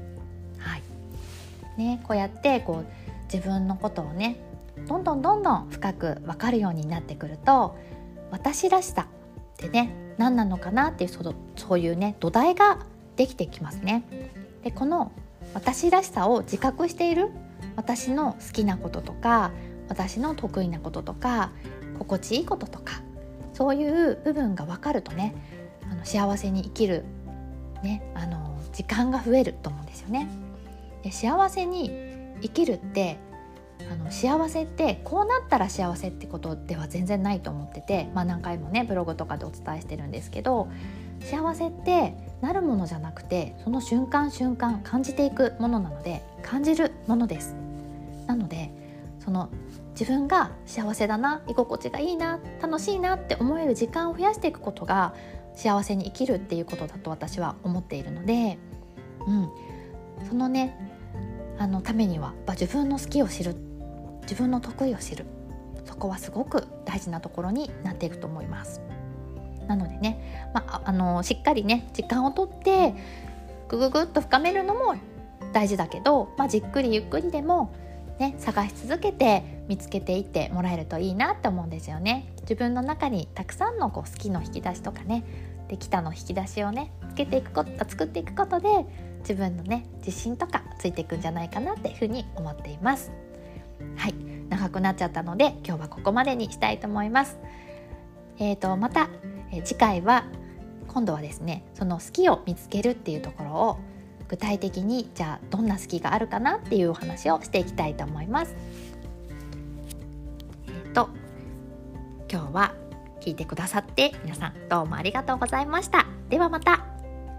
こうやって自分のことをねどんどん深く分かるようになってくると、私らしさってね何なのかなっていうそういうね土台ができてきますね。でこの私らしさを自覚している、私の好きなこととか私の得意なこととか心地いいこととか、そういう部分が分かるとね幸せに生きる、時間が増えると思うんですよね。で幸せに生きるって幸せってこうなったら幸せってことでは全然ないと思ってて、何回もねブログとかでお伝えしてるんですけど、幸せってなるものじゃなくてその瞬間感じていくものなので、感じるものです。なので自分が幸せだな、居心地がいいな、楽しいなって思える時間を増やしていくことが幸せに生きるっていうことだと私は思っているので、そのねためには自分の好きを知る、自分の得意を知る、そこはすごく大事なところになっていくと思います。なのでね、しっかりね時間をとってぐっと深めるのも大事だけど、じっくりゆっくりでも探し続けて見つけていってもらえるといいなって思うんですよね。自分の中にたくさんの好きの引き出しとかね、できたの引き出しをね作っていくことで、 自分のね自信とかついていくんじゃないかなっていうふうに思っています。はい、長くなっちゃったので今日はここまでにしたいと思います。また次回は今度はですね、その好きを見つけるっていうところを具体的にじゃあどんな好きがあるかなっていうお話をしていきたいと思います。今日は聞いてくださって皆さんどうもありがとうございました。ではまた。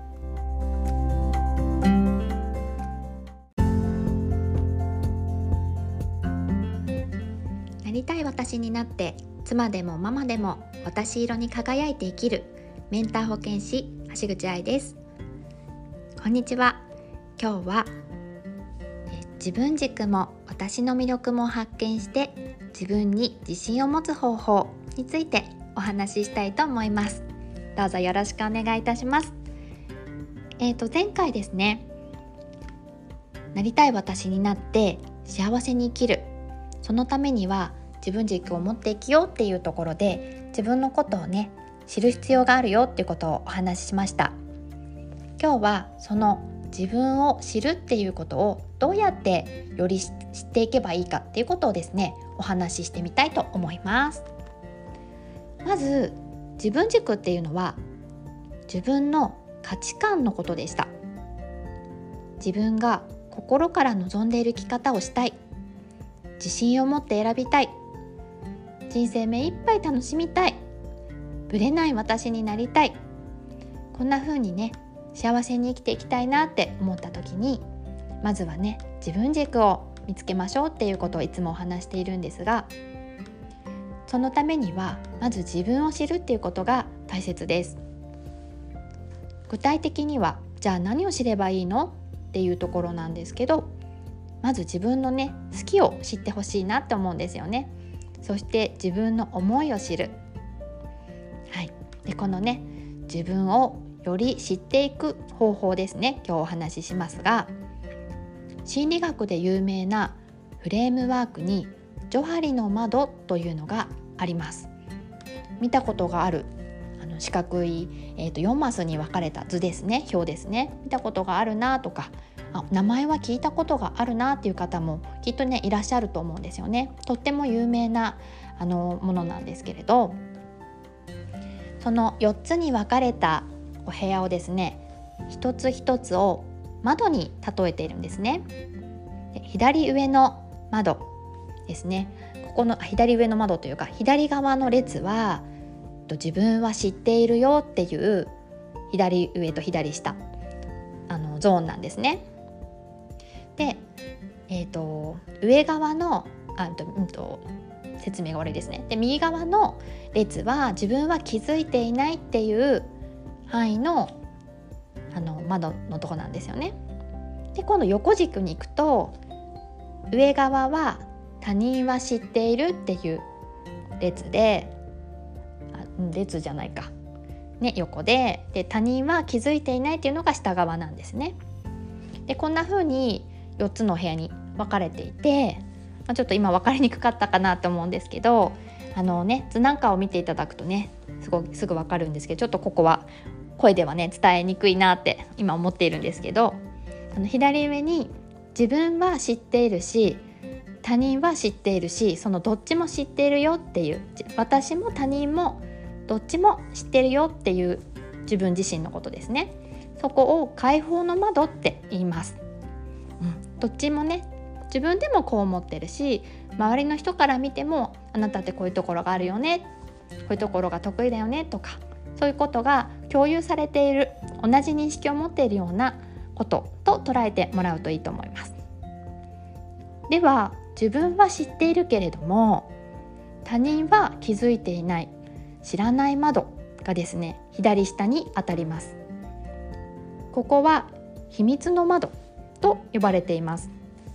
なりたい私になって妻でもママでも私色に輝いて生きるメンター保健師橋口愛です。こんにちは。今日は自分軸も私の魅力も発見して自分に自信を持つ方法についてお話ししたいと思います。どうぞよろしくお願いいたします。前回ですね、なりたい私になって幸せに生きる、そのためには自分軸を持って生きようっていうところで自分のことをね知る必要があるよっていうことをお話ししました。今日はその自分を知るっていうことをどうやってより知っていけばいいかっていうことをですねお話ししてみたいと思います。まず自分軸っていうのは自分の価値観のことでした。自分が心から望んでいる生き方をしたい、自信を持って選びたい、人生目いっぱい楽しみたい、ぶれない私になりたい、こんな風にね幸せに生きていきたいなって思った時に、まずはね自分軸を見つけましょうっていうことをいつもお話しているんですが、そのためにはまず自分を知るっていうことが大切です。具体的にはじゃあ何を知ればいいのっていうところなんですけど、まず自分のね好きを知ってほしいなって思うんですよね。そして自分の思いを知る。はい。でこのね自分をより知っていく方法ですね、今日お話ししますが、心理学で有名なフレームワークにジョハリの窓というのがあります。見たことがある四角い、4マスに分かれた図ですね、表ですね。見たことがあるなとか、名前は聞いたことがあるなっていう方もきっとねいらっしゃると思うんですよね。とっても有名なものなんですけれど、その4つに分かれたお部屋をですね一つ一つを窓に例えているんですね。で左上の窓ですね、ここの左上の窓というか左側の列は自分は知っているよっていう左上と左下ゾーンなんですね。で、上側の説明が悪いですね。で右側の列は自分は気づいていないっていう範囲の窓のとこなんですよね。で今度横軸に行くと上側は他人は知っているっていう列で、列じゃないか、ね、横で他人は気づいていないっていうのが下側なんですね。でこんな風に4つの部屋に分かれていて、ちょっと今分かりにくかったかなと思うんですけど、図なんかを見ていただくとねすぐ分かるんですけど、ちょっとここは声ではね伝えにくいなって今思っているんですけど、左上に自分は知っているし他人は知っているし、そのどっちも知っているよっていう、私も他人もどっちも知っているよっていう自分自身のことですね。そこを解放の窓って言います。どっちもね自分でもこう思ってるし、周りの人から見てもあなたってこういうところがあるよね、こういうところが得意だよねとか、そういうことが共有されている、同じ認識を持っているようなことと捉えてもらうといいと思います。では自分は知っているけれども他人は気づいていない、知らない窓がですね左下に当たります。ここは秘密の窓と呼ばれています。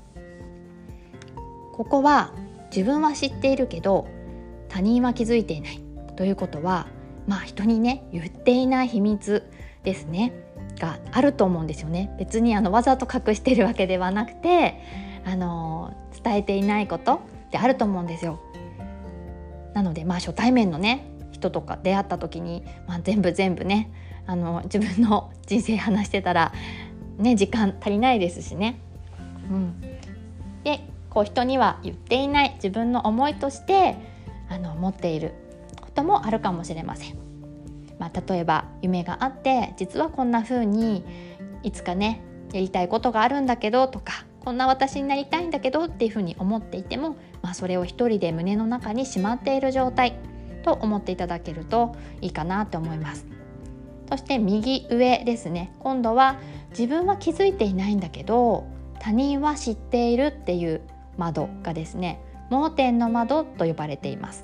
ここは自分は知っているけど他人は気づいていないということは、人にね言っていない秘密ですねがあると思うんですよね。別にわざと隠しているわけではなくて伝えていないことってあると思うんですよ。なので初対面のね人とか出会った時に、全部ね自分の人生話してたら時間足りないですしね。で人には言っていない自分の思いとして持っていることもあるかもしれません。例えば夢があって実はこんな風にいつかねやりたいことがあるんだけどとか、こんな私になりたいんだけどっていう風に思っていても、それを一人で胸の中にしまっている状態と思っていただけるといいかなと思います。そして右上ですね、今度は自分は気づいていないんだけど他人は知っているっていう窓がですね、盲点の窓と呼ばれています。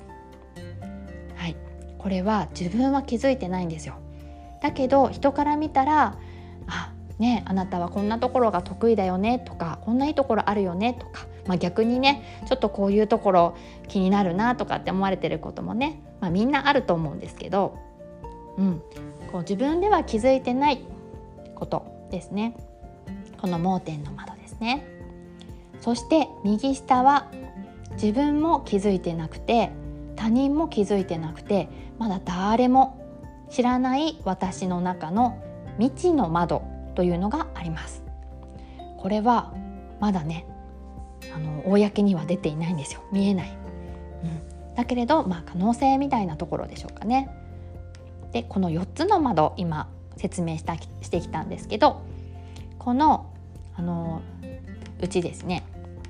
これは自分は気づいてないんですよ。だけど人から見たらあなたはこんなところが得意だよねとか、こんないいところあるよねとか、逆にねちょっとこういうところ気になるなとかって思われてることもね、みんなあると思うんですけど、自分では気づいてないことですね。この盲点の窓ですね。そして右下は自分も気づいてなくて他人も気づいてなくて、まだ誰も知らない私の中の未知の窓というのがあります。これはまだね公には出ていないんですよ。見えない、だけれど可能性みたいなところでしょうかね。でこの4つの窓今説明してきたんですけど、このうちですね、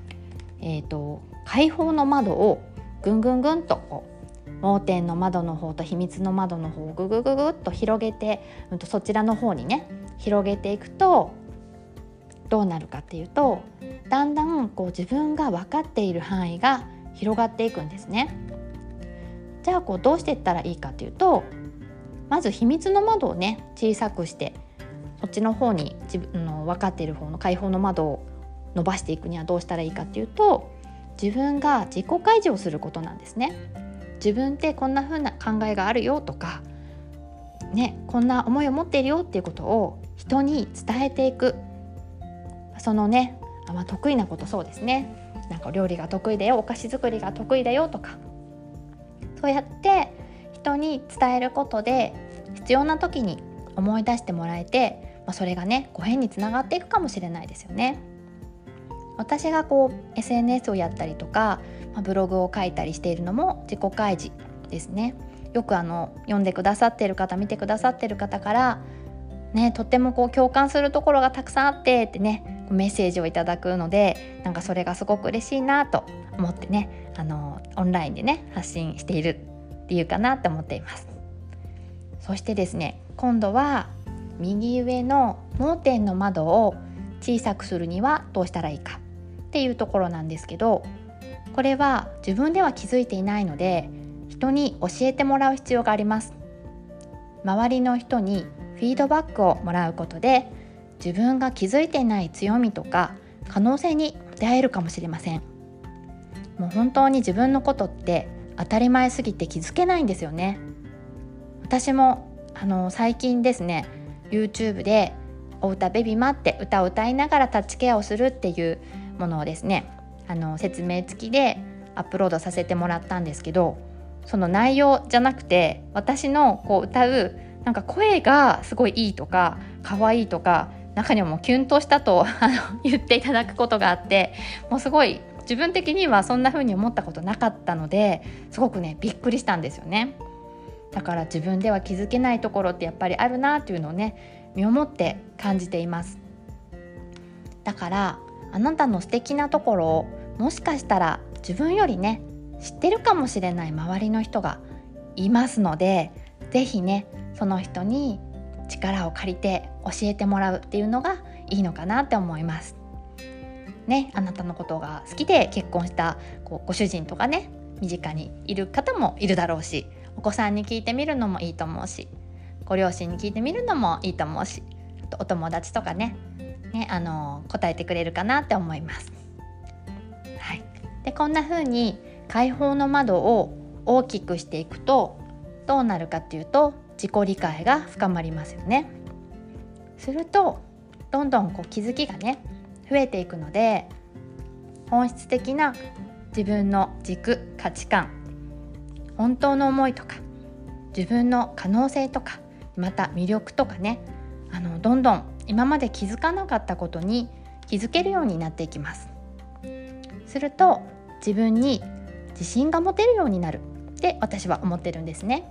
開放の窓をぐんと盲点の窓の方と秘密の窓の方をぐっと広げて、そちらの方にね広げていくとどうなるかっていうと、だんだん自分が分かっている範囲が広がっていくんですね。じゃあどうしていったらいいかっていうと、まず秘密の窓をね小さくして、そっちの方に自分の分かっている方の開放の窓を伸ばしていくにはどうしたらいいかっていうと、自分が自己開示をすることなんですね。自分ってこんな風な考えがあるよとか、こんな思いを持っているよっていうことを人に伝えていく。そのね、得意なこと、そうですね、料理が得意だよ、お菓子作りが得意だよとか、そうやって人に伝えることで必要な時に思い出してもらえて、それがねご縁につながっていくかもしれないですよね。私がSNS をやったりとか、ブログを書いたりしているのも自己開示ですね。よく読んでくださっている方、見てくださっている方からとっても共感するところがたくさんあってってねメッセージをいただくので、それがすごく嬉しいなと思ってねオンラインでね発信している理由かなと思っています。そしてですね、今度は右上の盲点の窓を小さくするにはどうしたらいいかっていうところなんですけど、これは自分では気づいていないので人に教えてもらう必要があります。周りの人にフィードバックをもらうことで自分が気づいていない強みとか可能性に出会えるかもしれません。もう本当に自分のことって当たり前すぎて気づけないんですよね。私も最近ですね YouTube でお歌ベビマって歌を歌いながらタッチケアをするっていうものをですね説明付きでアップロードさせてもらったんですけど、その内容じゃなくて私の歌う声がすごいいいとか可愛いとか、中にはもうキュンとしたと言っていただくことがあって、もうすごい自分的にはそんな風に思ったことなかったので、すごくねびっくりしたんですよね。だから自分では気づけないところってやっぱりあるなというのをね身をもって感じています。だからあなたの素敵なところをもしかしたら自分よりね知ってるかもしれない周りの人がいますので、ぜひねその人に力を借りて教えてもらうっていうのがいいのかなって思いますね。あなたのことが好きで結婚したご主人とかね身近にいる方もいるだろうし、お子さんに聞いてみるのもいいと思うし、ご両親に聞いてみるのもいいと思うし、あとお友達とかね答えてくれるかなって思います。でこんな風に開放の窓を大きくしていくとどうなるかっていうと、自己理解が深まりますよね。するとどんどん気づきがね増えていくので、本質的な自分の軸、価値観、本当の思いとか自分の可能性とかまた魅力とかねどんどん今まで気づかなかったことに気づけるようになっていきます。すると自分に自信が持てるようになるって私は思ってるんですね。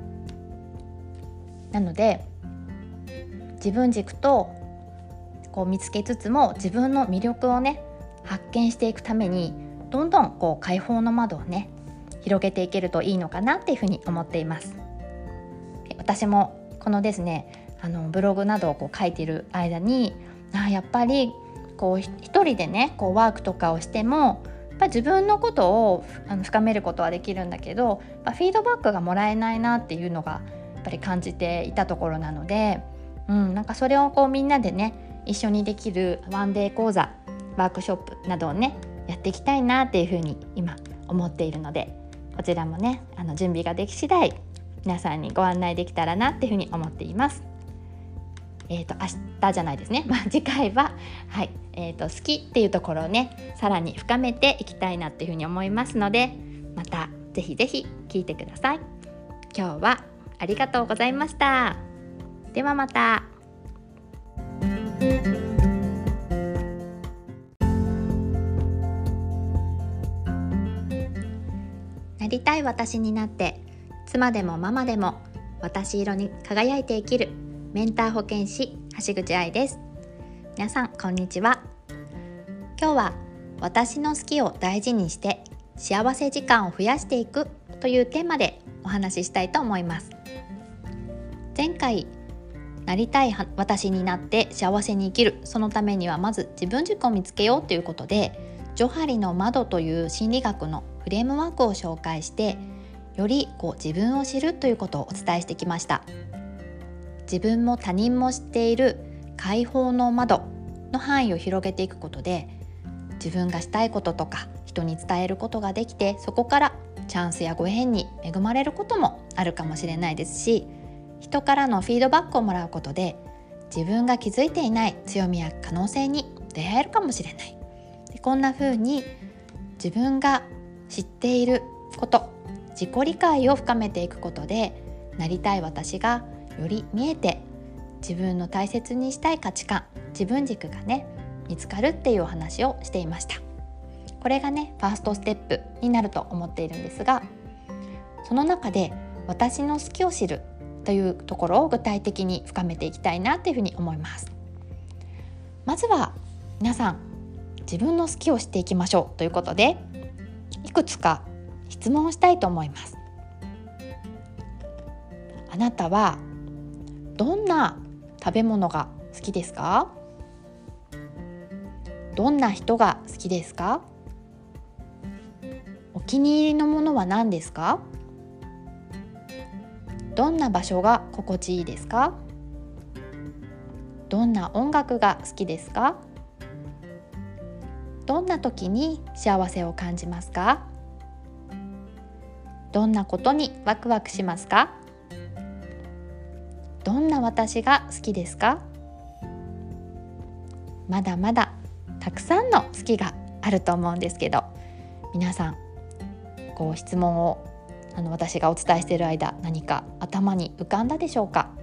なので自分軸と見つけつつも自分の魅力をね発見していくためにどんどん解放の窓をね広げていけるといいのかなっていうふうに思っています。私もこのですねブログなどを書いている間にやっぱり一人でねワークとかをしても自分のことを深めることはできるんだけどフィードバックがもらえないなっていうのがやっぱり感じていたところなので、なんかそれをみんなでね一緒にできるワンデー講座ワークショップなどをねやっていきたいなっていうふうに今思っているので、こちらもね準備ができ次第皆さんにご案内できたらなっていうふうに思っています。明日じゃないですね、次回は、好きっていうところをねさらに深めていきたいなっていうふうに思いますので、またぜひぜひ聞いてください。今日はありがとうございました。ではまた。 なりたい私になって妻でもママでも私色に輝いて生きるメンター保健師橋口愛です。皆さんこんにちは。今日は私の好きを大事にして幸せ時間を増やしていくというテーマでお話ししたいと思います。前回なりたい私になって幸せに生きる、そのためにはまず自分軸を見つけようということでジョハリの窓という心理学のフレームワークを紹介してより自分を知るということをお伝えしてきました。自分も他人も知っている解放の窓の範囲を広げていくことで自分がしたいこととか人に伝えることができて、そこからチャンスやご縁に恵まれることもあるかもしれないですし、人からのフィードバックをもらうことで自分が気づいていない強みや可能性に出会えるかもしれない。でこんな風に自分が知っていること、自己理解を深めていくことでなりたい私がより見えて自分の大切にしたい価値観、自分軸がね見つかるっていうお話をしていました。これがねファーストステップになると思っているんですが、その中で私の好きを知るというところを具体的に深めていきたいなっていうふうに思います。まずは皆さん自分の好きを知っていきましょうということで、いくつか質問をしたいと思います。あなたはどんな食べ物が好きですか？どんな人が好きですか？お気に入りのものは何ですか？どんな場所が心地いいですか？どんな音楽が好きですか？どんな時に幸せを感じますか？どんなことにワクワクしますか？どんな私が好きですか？まだまだたくさんの好きがあると思うんですけど、皆さん質問を私がお伝えしている間、何か頭に浮かんだでしょうか？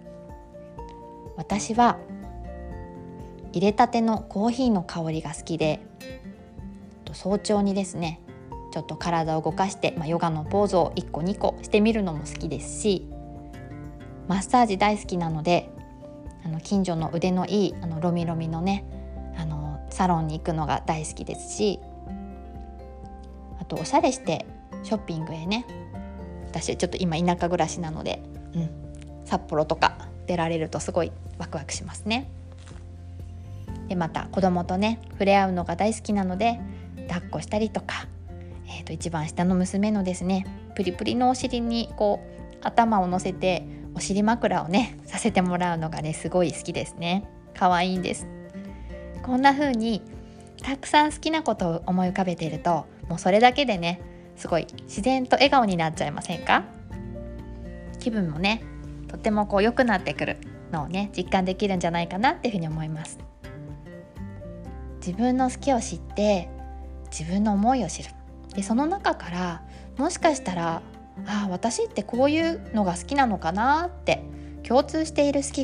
私は入れたてのコーヒーの香りが好きで、早朝にですねちょっと体を動かして、ヨガのポーズを1個2個してみるのも好きですし、マッサージ大好きなので近所の腕のいいロミロミのねサロンに行くのが大好きですし、あとおしゃれしてショッピングへね、私ちょっと今田舎暮らしなので、札幌とか出られるとすごいワクワクしますね。でまた子供とね触れ合うのが大好きなので抱っこしたりとか、一番下の娘のですねプリプリのお尻に頭を乗せてお尻枕をねさせてもらうのがねすごい好きですね。可愛いんです。こんな風にたくさん好きなことを思い浮かべていると、もうそれだけでねすごい自然と笑顔になっちゃいませんか？気分もねとっても良くなってくるのをね実感できるんじゃないかなっていうふうに思います。自分の好きを知って自分の思いを知る。でその中からもしかしたら私ってこういうのが好きなのかなって共通している好きが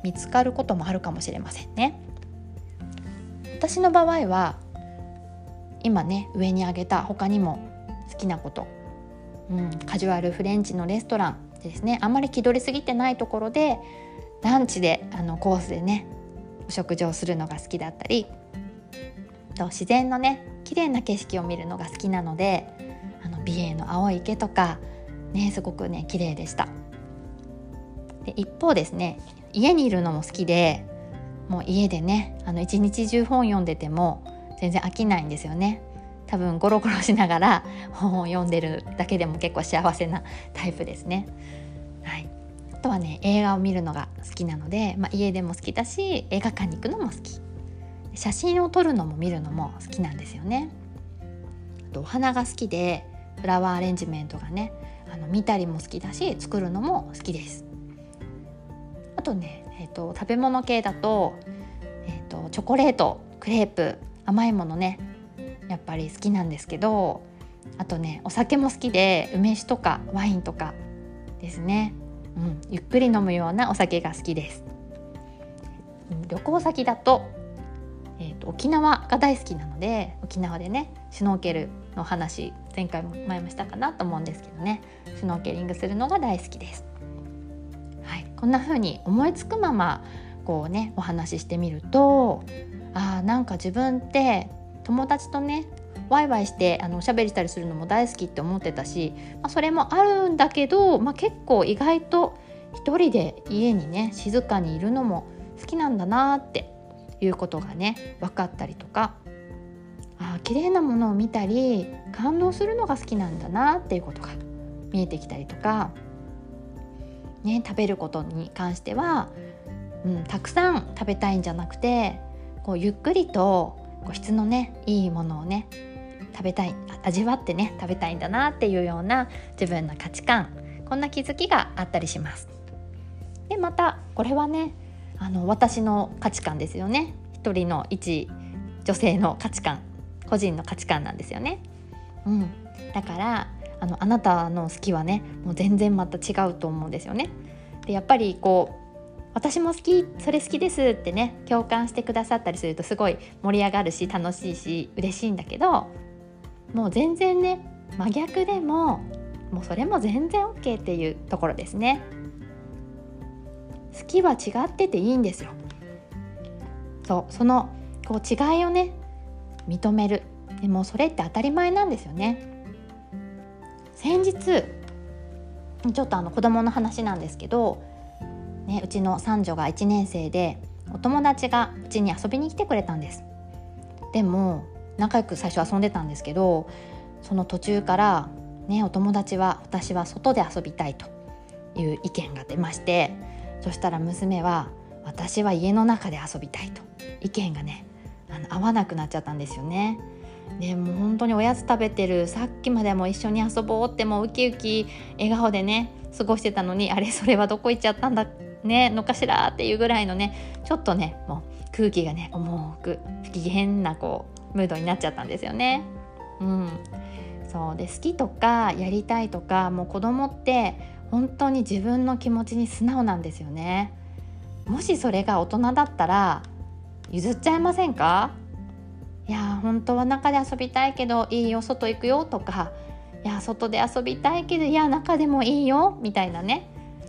見つかることもあるかもしれませんね。私の場合は今ね上に挙げた他にも好きなこと、カジュアルフレンチのレストランでですね、あんまり気取りすぎてないところでランチでコースでねお食事をするのが好きだったり、自然のね綺麗な景色を見るのが好きなので美瑛の青い池とかねすごくね綺麗でした。で一方ですね、家にいるのも好きで、もう家でね一日中本読んでても全然飽きないんですよね。多分ゴロゴロしながら本を読んでるだけでも結構幸せなタイプですね。はい、あとはね映画を見るのが好きなので、家でも好きだし映画館に行くのも好き、写真を撮るのも見るのも好きなんですよね。あとお花が好きでフラワーアレンジメントがね見たりも好きだし作るのも好きです。あとね、食べ物系だと、チョコレート、クレープ、甘いものねやっぱり好きなんですけど、あとねお酒も好きで梅酒とかワインとかですね、ゆっくり飲むようなお酒が好きです。旅行先だと、沖縄が大好きなので、沖縄でねシュノーケルの話前もしたかなと思うんですけどね、シュノーケリングするのが大好きです。はい、こんな風に思いつくままこうねお話ししてみると、なんか自分って友達とねワイワイしておしゃべりしたりするのも大好きって思ってたし、それもあるんだけど、結構意外と一人で家にね静かにいるのも好きなんだなっていうことがね分かったりとか、綺麗なものを見たり感動するのが好きなんだなっていうことが見えてきたりとか、食べることに関しては、たくさん食べたいんじゃなくてこうゆっくりと質のねいいものをね食べたい、味わってね食べたいんだなっていうような自分の価値観、こんな気づきがあったりします。でまたこれはね私の価値観ですよね。一人の一女性の価値観、個人の価値観なんですよね。だからあなたの好きはねもう全然また違うと思うんですよね。でやっぱり私も好き、それ好きですってね共感してくださったりするとすごい盛り上がるし楽しいし嬉しいんだけど、もう全然ね真逆でももうそれも全然 OK っていうところですね。好きは違ってていいんですよ。その違いをね認める。でもそれって当たり前なんですよね。先日ちょっと子供の話なんですけど、うちの三女が1年生でお友達がうちに遊びに来てくれたんです。でも仲良く最初遊んでたんですけど、その途中からお友達は私は外で遊びたいという意見が出まして、そしたら娘は私は家の中で遊びたいと意見がね合わなくなっちゃったんですよね。でもう本当におやつ食べてるさっきまでも一緒に遊ぼうってもうウキウキ笑顔でね過ごしてたのに、それはどこ行っちゃったんだねのかしらっていうぐらいのねちょっとねもう空気がね重く不機嫌なムードになっちゃったんですよね。そうで好きとかやりたいとか、もう子供って本当に自分の気持ちに素直なんですよね。もしそれが大人だったら譲っちゃいませんか？いや本当は中で遊びたいけどいいよ外行くよとか、いや外で遊びたいけどいや中でもいいよみたいなね。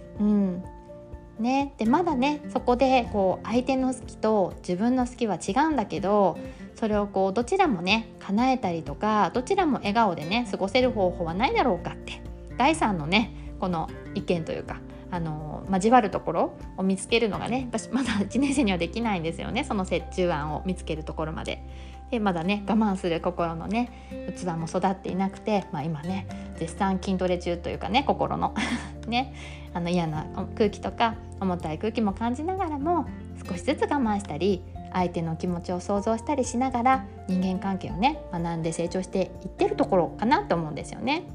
でまだねそこで相手の好きと自分の好きは違うんだけど、それをどちらもね叶えたりとかどちらも笑顔でね過ごせる方法はないだろうかって第三のねこの意見というか交わるところを見つけるのがね私まだ1年生にはできないんですよね。その折衷案を見つけるところまで。でまだね我慢する心のね器も育っていなくて、今ね絶賛筋トレ中というかね心のね嫌な空気とか重たい空気も感じながらも少しずつ我慢したり相手の気持ちを想像したりしながら人間関係をね学んで成長していってるところかなと思うんですよね。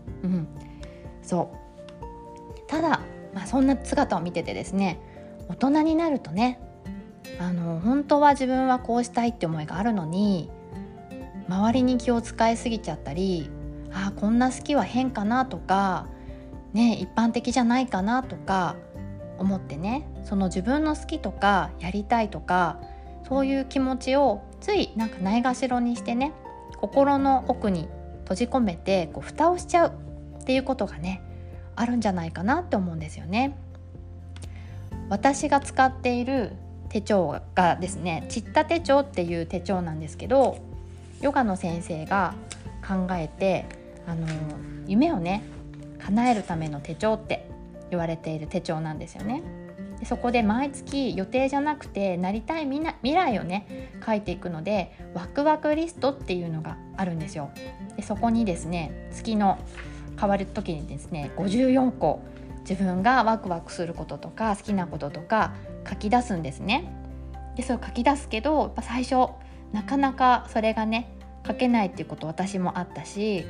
そうただ、そんな姿を見ててですね、大人になるとね本当は自分はこうしたいって思いがあるのに周りに気を使いすぎちゃったり、こんな好きは変かなとかね、一般的じゃないかなとか思ってね、その自分の好きとかやりたいとかそういう気持ちをついなんかないがしろにしてね、心の奥に閉じ込めて蓋をしちゃうっていうことがねあるんじゃないかなって思うんですよね。私が使っている手帳がですね、チッタ手帳っていう手帳なんですけど、ヨガの先生が考えて夢をね叶えるための手帳って言われている手帳なんですよね。でそこで毎月予定じゃなくてなりたい未来をね書いていくので、ワクワクリストっていうのがあるんですよ。でそこにですね、月の変わる時にですね54個自分がワクワクすることとか好きなこととか書き出すんですね。でそれを書き出すけど、やっぱ最初なかなかそれがね書けないっていうこと私もあったし、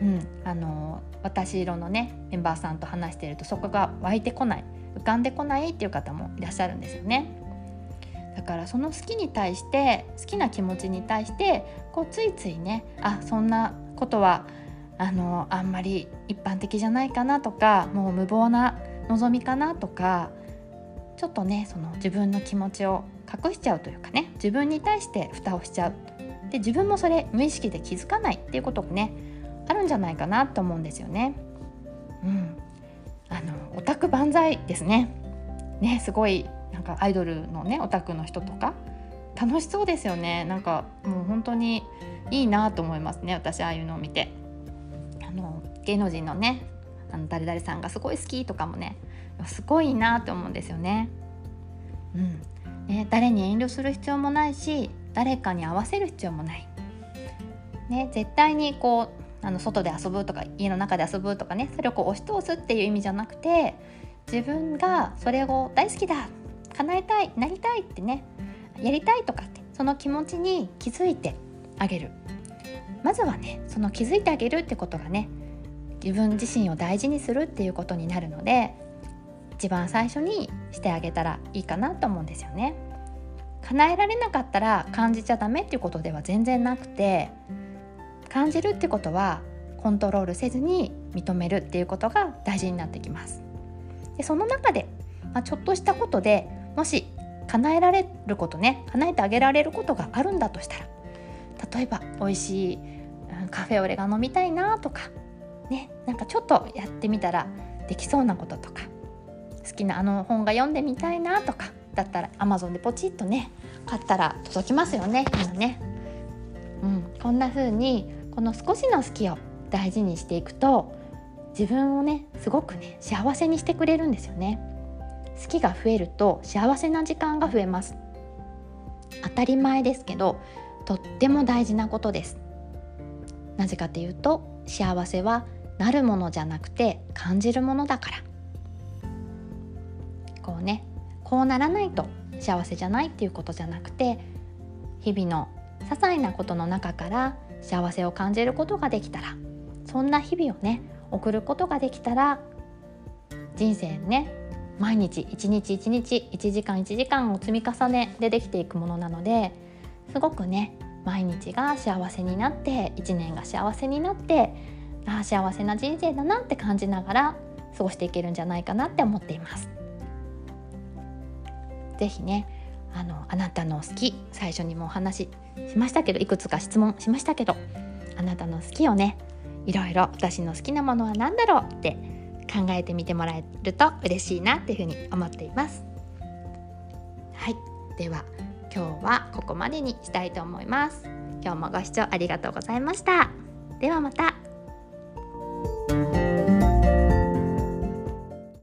私色のねメンバーさんと話しているとそこが湧いてこない、浮かんでこないっていう方もいらっしゃるんですよね。だからその好きに対して、好きな気持ちに対してついついね、そんなことはあんまり一般的じゃないかなとか、もう無謀な望みかなとか、ちょっとねその自分の気持ちを隠しちゃうというかね、自分に対して蓋をしちゃう。で自分もそれ無意識で気づかないっていうことがねあるんじゃないかなと思うんですよね。オタク万歳ですね。すごいなんかアイドルのねオタクの人とか楽しそうですよね。なんかもう本当にいいなと思いますね、私ああいうのを見て。芸能人のね誰々さんがすごい好きとかもねすごいいいなと思うんですよね。誰に遠慮する必要もないし、誰かに合わせる必要もない、絶対に外で遊ぶとか家の中で遊ぶとかね、それを押し通すっていう意味じゃなくて、自分がそれを大好きだ、叶えたい、なりたいってね、やりたいとかってその気持ちに気づいてあげる。まずはねその気づいてあげるってことがね、自分自身を大事にするっていうことになるので、一番最初にしてあげたらいいかなと思うんですよね。叶えられなかったら感じちゃダメっていうことでは全然なくて、感じるってことはコントロールせずに認めるっていうことが大事になってきます。でその中で、ちょっとしたことでもし叶えられることね、叶えてあげられることがあるんだとしたら、例えば美味しいカフェオレが飲みたいなとかね、なんかちょっとやってみたらできそうなこととか、好きな本が読んでみたいなとかだったら Amazon でポチッとね買ったら届きますよね、今ね。こんな風にこの少しの好きを大事にしていくと、自分をねすごくね幸せにしてくれるんですよね。好きが増えると幸せな時間が増えます。当たり前ですけどとっても大事なことです。なぜかというと、幸せはなるものじゃなくて感じるものだから。こうならないと幸せじゃないっていうことじゃなくて、日々の些細なことの中から幸せを感じることができたら、そんな日々をね送ることができたら、人生ね毎日一日一日1時間1時間を積み重ねでできていくものなので、すごくね毎日が幸せになって、1年が幸せになって、幸せな人生だなって感じながら過ごしていけるんじゃないかなって思っています。ぜひねあなたの好き、最初にもお話ししましたけど、いくつか質問しましたけど、あなたの好きをねいろいろ、私の好きなものは何だろうって考えてみてもらえると嬉しいなっていうふうに思っています。はい、では今日はここまでにしたいと思います。今日もご視聴ありがとうございました。ではまた。